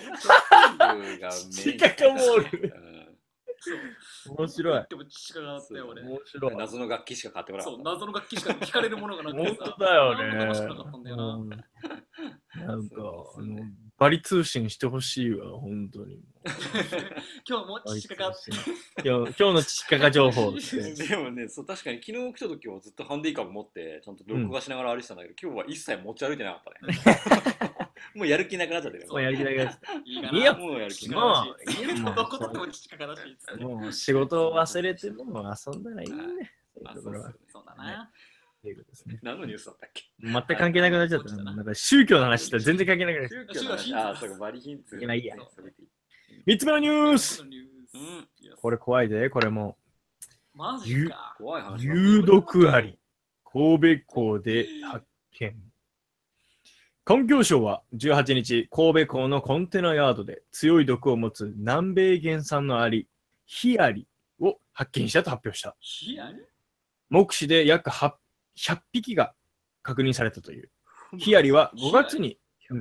モール。面白い。 でも父かがあったよ、俺。 面白い。 謎の楽器しか買ってこなかった。 そう、謎の楽器しか聞かれるものがなくて。 本当だよね。 楽しくなかったんだよな。 なんか、バリ通信してほしいわ、本当に。 今日も父かかって。 今日の父かか情報ですね。 でもね、そう確かに昨日来た時はずっとハンディカム持ってちゃんと録画しながら歩いてたんだけど、今日は一切持ち歩いてなかったね。もうやる気なくなっちゃってる。 もうやる気なくなっちゃった。 いいよ、 もうやる気なくなっちゃった。もうどこだっても父かかだし。 もう仕事を忘れても遊んだらいいね。 そうだな。 何のニュースだったっけ？ 全く関係なくなっちゃった。なんか宗教の話したら全然関係なくなっちゃった。 宗教の話。あ、そうか、バリヒンツ。 いや。3つ目のニュース。これ怖いで、これも。 マジか。 怖い話。 有毒アリ。 神戸港で発見。環境省は18日、神戸港のコンテナヤードで強い毒を持つ南米原産のアリ、ヒアリを発見したと発表した。 ヒアリ？ 目視で約100匹が確認されたという。ヒアリは5月に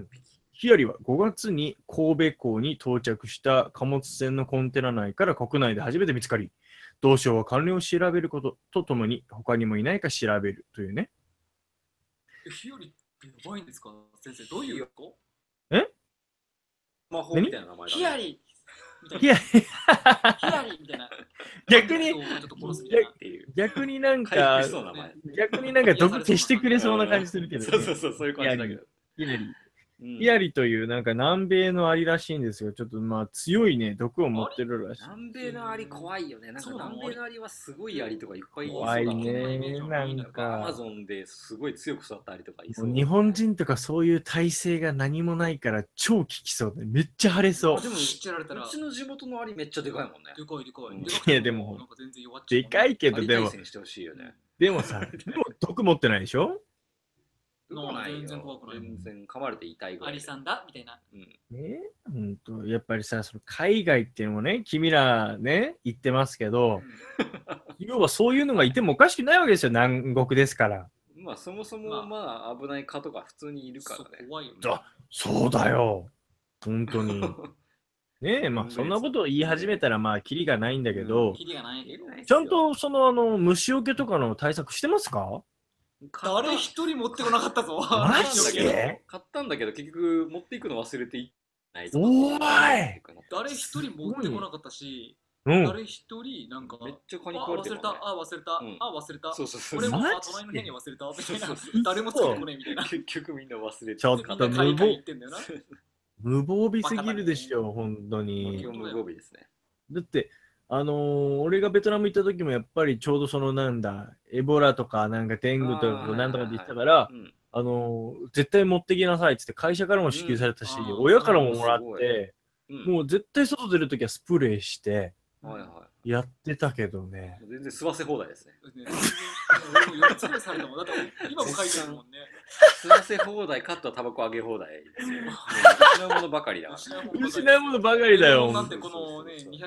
神戸港に到着した貨物船のコンテナ内から国内で初めて見つかり、同省は関連を調べることとともに他にもいないか調べるというね。 ヒアリってやばいんですか先生、どういう子？ 魔法みたいな名前だね。 ヒアリヒアリヒアリみたいな。 逆になんか毒消してくれそうな感じするけど、 そういう感じだけど。 ヒアリというなんか南米のアリらしいんですよ。ちょっとまあ強いね、毒を持ってるらしい。 南米のアリ怖いよね。なんか南米のアリはすごいアリとかいっぱいいそうだ。怖いね。なんかアマゾンですごい強く育ったアリとかいそう。 日本人とかそういう体制が何もないから超効きそうで、めっちゃ腫れそう。 でも知られたらうちの地元のアリめっちゃでかいもんね。 でかい。 いやでもでかいけどでもさ、毒持ってないでしょ。 全然怖くない。 全然噛まれて痛いぐらい。 アリさんだみたいな。 やっぱりさ、その海外っていうのもね、君らね、言ってますけど、要はそういうのがいてもおかしくないわけですよ、南国ですから。 まあそもそもまあ危ない蚊とか普通にいるからね。 怖いよね。 そうだよ。本当に。ねえ、まあそんなことを言い始めたらまあキリがないんだけど、ちゃんとその虫除けとかの対策してますか？ 誰一人持ってこなかったぞ。 マジで？ 買ったんだけど結局持っていくの忘れていないと。 おーい！ 誰一人持ってこなかったし、誰一人なんかめっちゃ蚊に食われてる。 忘れた。 そう。 俺も隣の部屋に忘れたみたいな。誰もつけてこねえみたいな。 結局みんな忘れて。 ちょっと無防備すぎるでしょ、本当に。 今日無防備ですね。 だって俺がベトナム行った時もやっぱりちょうどそのなんだ、エボラとかなんかデングとかなんとかって言ってたから、絶対持ってきなさいってって会社からも支給されたし、親からももらって、もう絶対外出るときはスプレーしてやってたけどね。 全然吸わせ放題ですね。 俺も4つ目されたもん。だって今も書いてあるもんね。 吸わせ放題、カットはタバコあげ放題ですよ。失うものばかりだから。 失うものばかりだよ。 なんでこのね、2万5千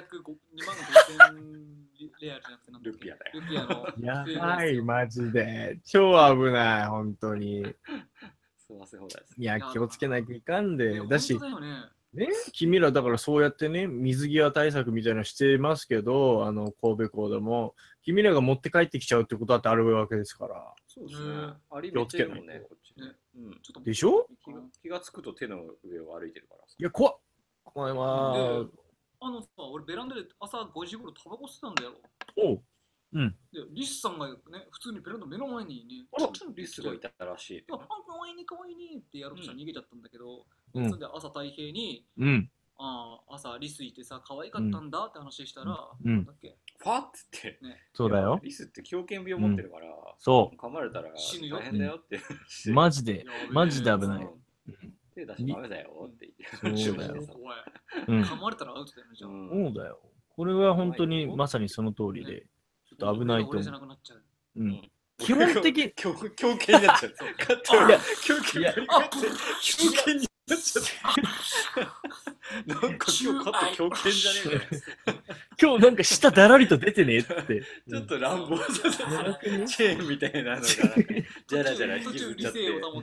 レアルじゃなくてなんだっけ？ ルピアだよ。 ルピアの。 やばい、マジで。超危ない、本当に。 吸わせ放題です。 いや、気をつけなきゃいかんで。だし、 ね、 君らだからそうやってね、水際対策みたいなのしてますけど、神戸港でも、君らが持って帰ってきちゃうってことだってあるわけですから。 そうですね。ありめっちゃいるもんね、こっち。 でしょ？ 気がつくと手の上を歩いてるからさ。 いや、怖いわ。 俺ベランダで朝5時頃タバコ吸ってたんだよ。 おう。 で、リスさんがね、普通にベランダ目の前にね、 リスがいたらしい。 かわいいねってやろうとしたら逃げちゃったんだけど、それで朝太平に、朝リスいてさ、可愛かったんだって話したら、なんだっけ？ ファッって。 そうだよ。 リスって狂犬病持ってるから、噛まれたら死ぬよ。 大変だよって。 マジで危ない。 手出しダメだよって言って。そうだよ。 噛まれたらアウトだよね、じゃあ。 そうだよ。これは本当にまさにその通りで、ちょっと危ないと思う。基本的狂犬になっちゃう。狂犬になっちゃう。なんか今日勝った狂犬じゃねえか。 今日なんか舌だらりと出てねえって。 ちょっと乱暴さチェーンみたいなのがじゃらじゃら引きずっちゃって。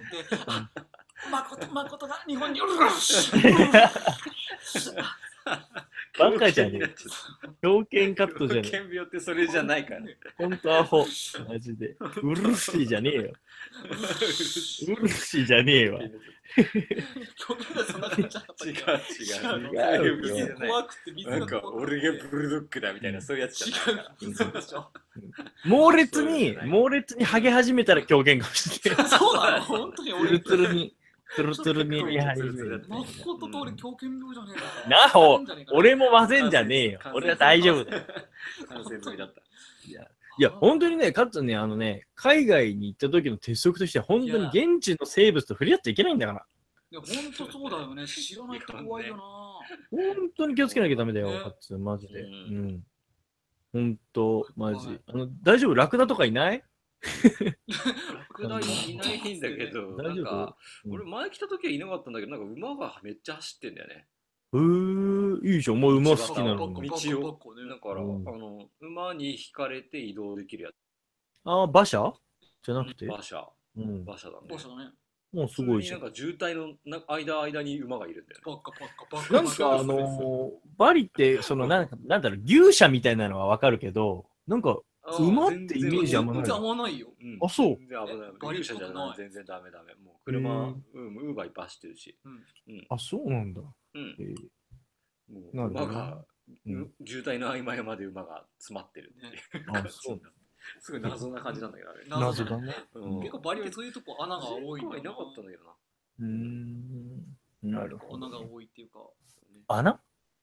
誠が日本にバカじゃねえ。狂犬カットじゃねえ。 狂犬病ってそれじゃないから。 ほんとアホ。マジで。うるしいじゃねえよ。うるしいじゃねえわ。 違う。 怖くて水がなんか俺がブルドッグだみたいなそういうやつじゃない。 猛烈にハゲ始めたら狂犬かもしれない。 そうなの？本当に俺ツルツルにやり始める。 誠と俺狂犬病じゃねえなお、俺も混ぜんじゃねえよ。俺は大丈夫だよ。 感染済みだった。 いや、本当にね、かつね、海外に行った時の鉄則としては、本当に現地の生物と触れ合っていけないんだから。 いや、本当そうだよね。知らないと怖いよな。 本当に気をつけなきゃダメだよ、かつ、マジで。本当、マジ。大丈夫？ラクダとかいない？ 福田いないんだけど、なんか、俺前来た時はいなかったんだけど、なんか馬がめっちゃ走ってんだよね。 いいじゃん、もう馬好きなの。 道を。だから、馬に引かれて移動できるやつ。 ああ、馬車じゃなくて馬車。馬車だね。 馬車だね。 もうすごいじゃん。 なんか渋滞の間に馬がいるんだよね。 なんかバリって、なんだろう、牛車みたいなのはわかるけど、なんか、馬ってイメージあんまない。 全然合わないよ。 あ、そう。 全然危ない。牛車じゃない。全然ダメ。もう車、ウーバーいっぱい走ってるし。 あ、そうなんだ。 馬が、渋滞の合間まで馬が詰まってるっていう。あ、そう。すごい謎な感じなんだけど、あれ。 謎だね。 結構バリってそういうとこ穴が多いんだよ。 いなかったんだけどな。なるほど。 穴が多いっていうか。 穴？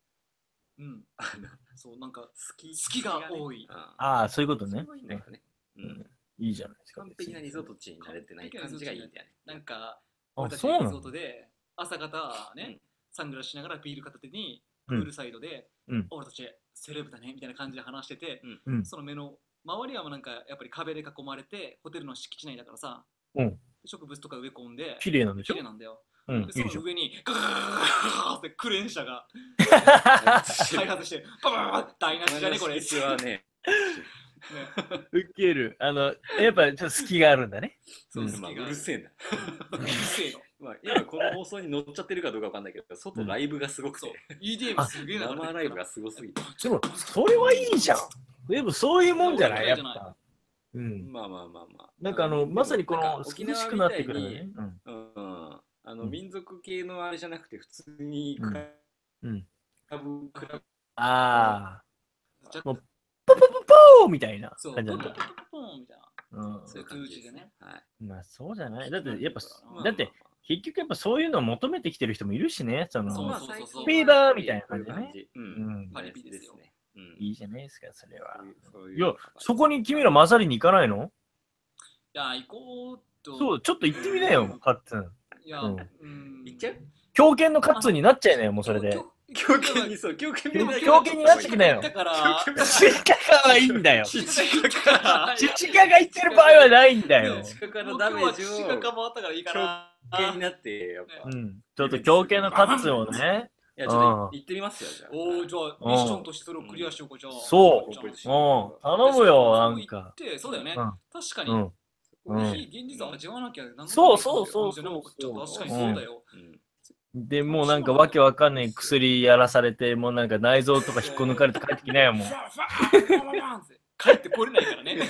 そう、なんか隙が多い。 ああ、そういうことね。いいじゃないですか。 完璧なリゾート地に慣れてない感じがいいんだよね。 なんか、俺たちリゾートで朝方ね、サングラスしながらビール片手にプールサイドで、俺たちセレブだねみたいな感じで話してて、その目の周りはなんかやっぱり壁で囲まれて、ホテルの敷地内だからさ、植物とか植え込んで、 綺麗なんでしょ？ 綺麗なんだよ。その上にガーってクレーン車が開発してババーッ台無しだねこれ。 実はね。 ウケる。やっぱちょっと隙があるんだね。 うるせえな。 うるせえの。 今この放送に乗っちゃってるかどうかわかんないけど、外ライブがすごくて。 EDM すげえな。 生ライブがすごすぎて。 でもそれはいいじゃん。でもそういうもんじゃないやっぱ。 まあ。 なんかまさにこの涼しくなってくるね。 民族系のあれじゃなくて普通にクラブああもうポポポポーみたいな感じなんだ。 ポポポポみたいな。そういう感じでね。 まあそうじゃない。だって結局やっぱそういうのを求めてきてる人もいるしね。そのフィーバーみたいな感じでね。 パリピですよね。 いいじゃないですかそれは。いやそこに君ら混ざりに行かないの？ いや行こうと。 そうちょっと行ってみなよカッツン。 いや、 行っちゃう？ 狂犬のカッツンになっちゃいなよ、もうそれで。 狂犬にそう、狂犬になってきなよ。 だから、 チカはいいんだよ。チカが言ってる場合はないんだよ。 チカのダメージをチカもあったからいいかな。 狂犬になって、やっぱ。 ちょっと狂犬のカッツンをね。 いや、ちょっと行ってみますよ、じゃあ。 じゃあ、ミッションとしてそれをクリアしようか、じゃあ。 そう。頼むよ、なんか。 そうだよね。確かに。現実を味わわなきゃなんそう。 確かにそうだよ。 でもうなんかわけわかんない薬やらされて、もうなんか内臓とか引っこ抜かれて帰ってきないよ、もう。 帰ってこれないからね。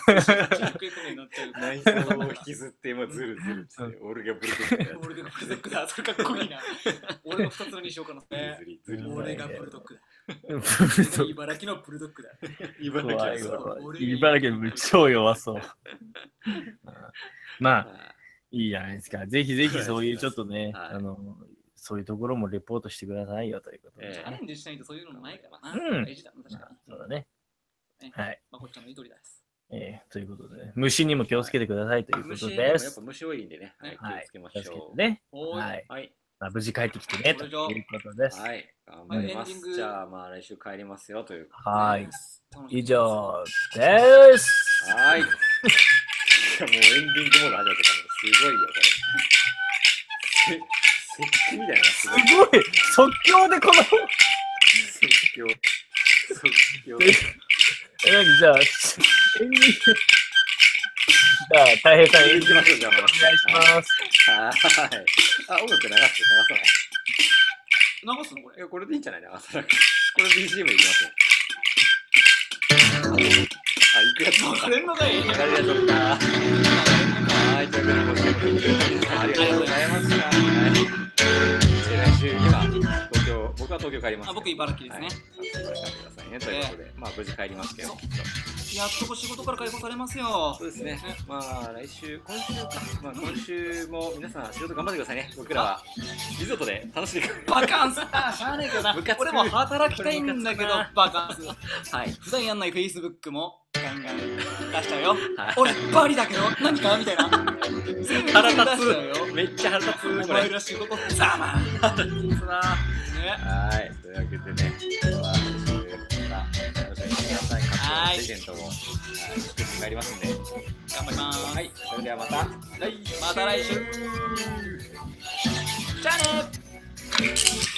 内臓を引きずって、もうずるずるって。俺がブルドッグだ。 俺がブルドッグだ。それかっこいいな。俺の2つのにしようかな。俺がブルドッグだ。茨城のブルドッグだ。 茨城の超弱そう。まあ、いいじゃないですか。ぜひぜひそういうちょっとね、そういうところもレポートしてくださいよということで。 チャレンジしないとそういうのもないからな。大事だな、確かに。 そうだね。はい。 まこっちゃんの言う通りです。 ということで、虫にも気をつけてくださいということです。 やっぱ虫多いんでね。気をつけましょう。 ね。はい。無事帰ってきてねということです。 はい。頑張ります。じゃあ、まあ来週帰りますよという。 はい。以上です。 はい。もうエンディングモード始まってたのすごいよ、これ。石器みたいな。 すごい即興でこの即興。 何じゃあ、エンディング。じゃあ、大平さん、エンディングしましょう。じゃあ、お願いします。 はい。あ、音楽流さない。 流すのこれ？ いや、これでいいんじゃないの？これ BGM でいきますよ。あ、行くやつ。 流れんのがいい。 流れやつだ。はい、ということで、ありがとうございました。来週には僕は東京帰ります。 僕茨城ですね。 茨城帰ってくださいね。ということで、まあ無事帰りますけど。 やっと仕事から解放されますよ。 そうですね。まあ来週、今週も皆さん仕事頑張ってくださいね。僕らはリゾートで楽しんでくバカンスだ。しゃあねえけどな。俺も働きたいんだけどバカンス。はい。普段やんない Facebook もガンガン出しちゃうよ。俺バリだけど何かみたいな。 腹立つ。めっちゃ腹立つ。 お前ら仕事ざま。 腹立つな。はい。というわけでね。また楽しさい。レジェンドを作ってまいりますんで。 頑張ります。 はい、それではまた来週。じゃあねー。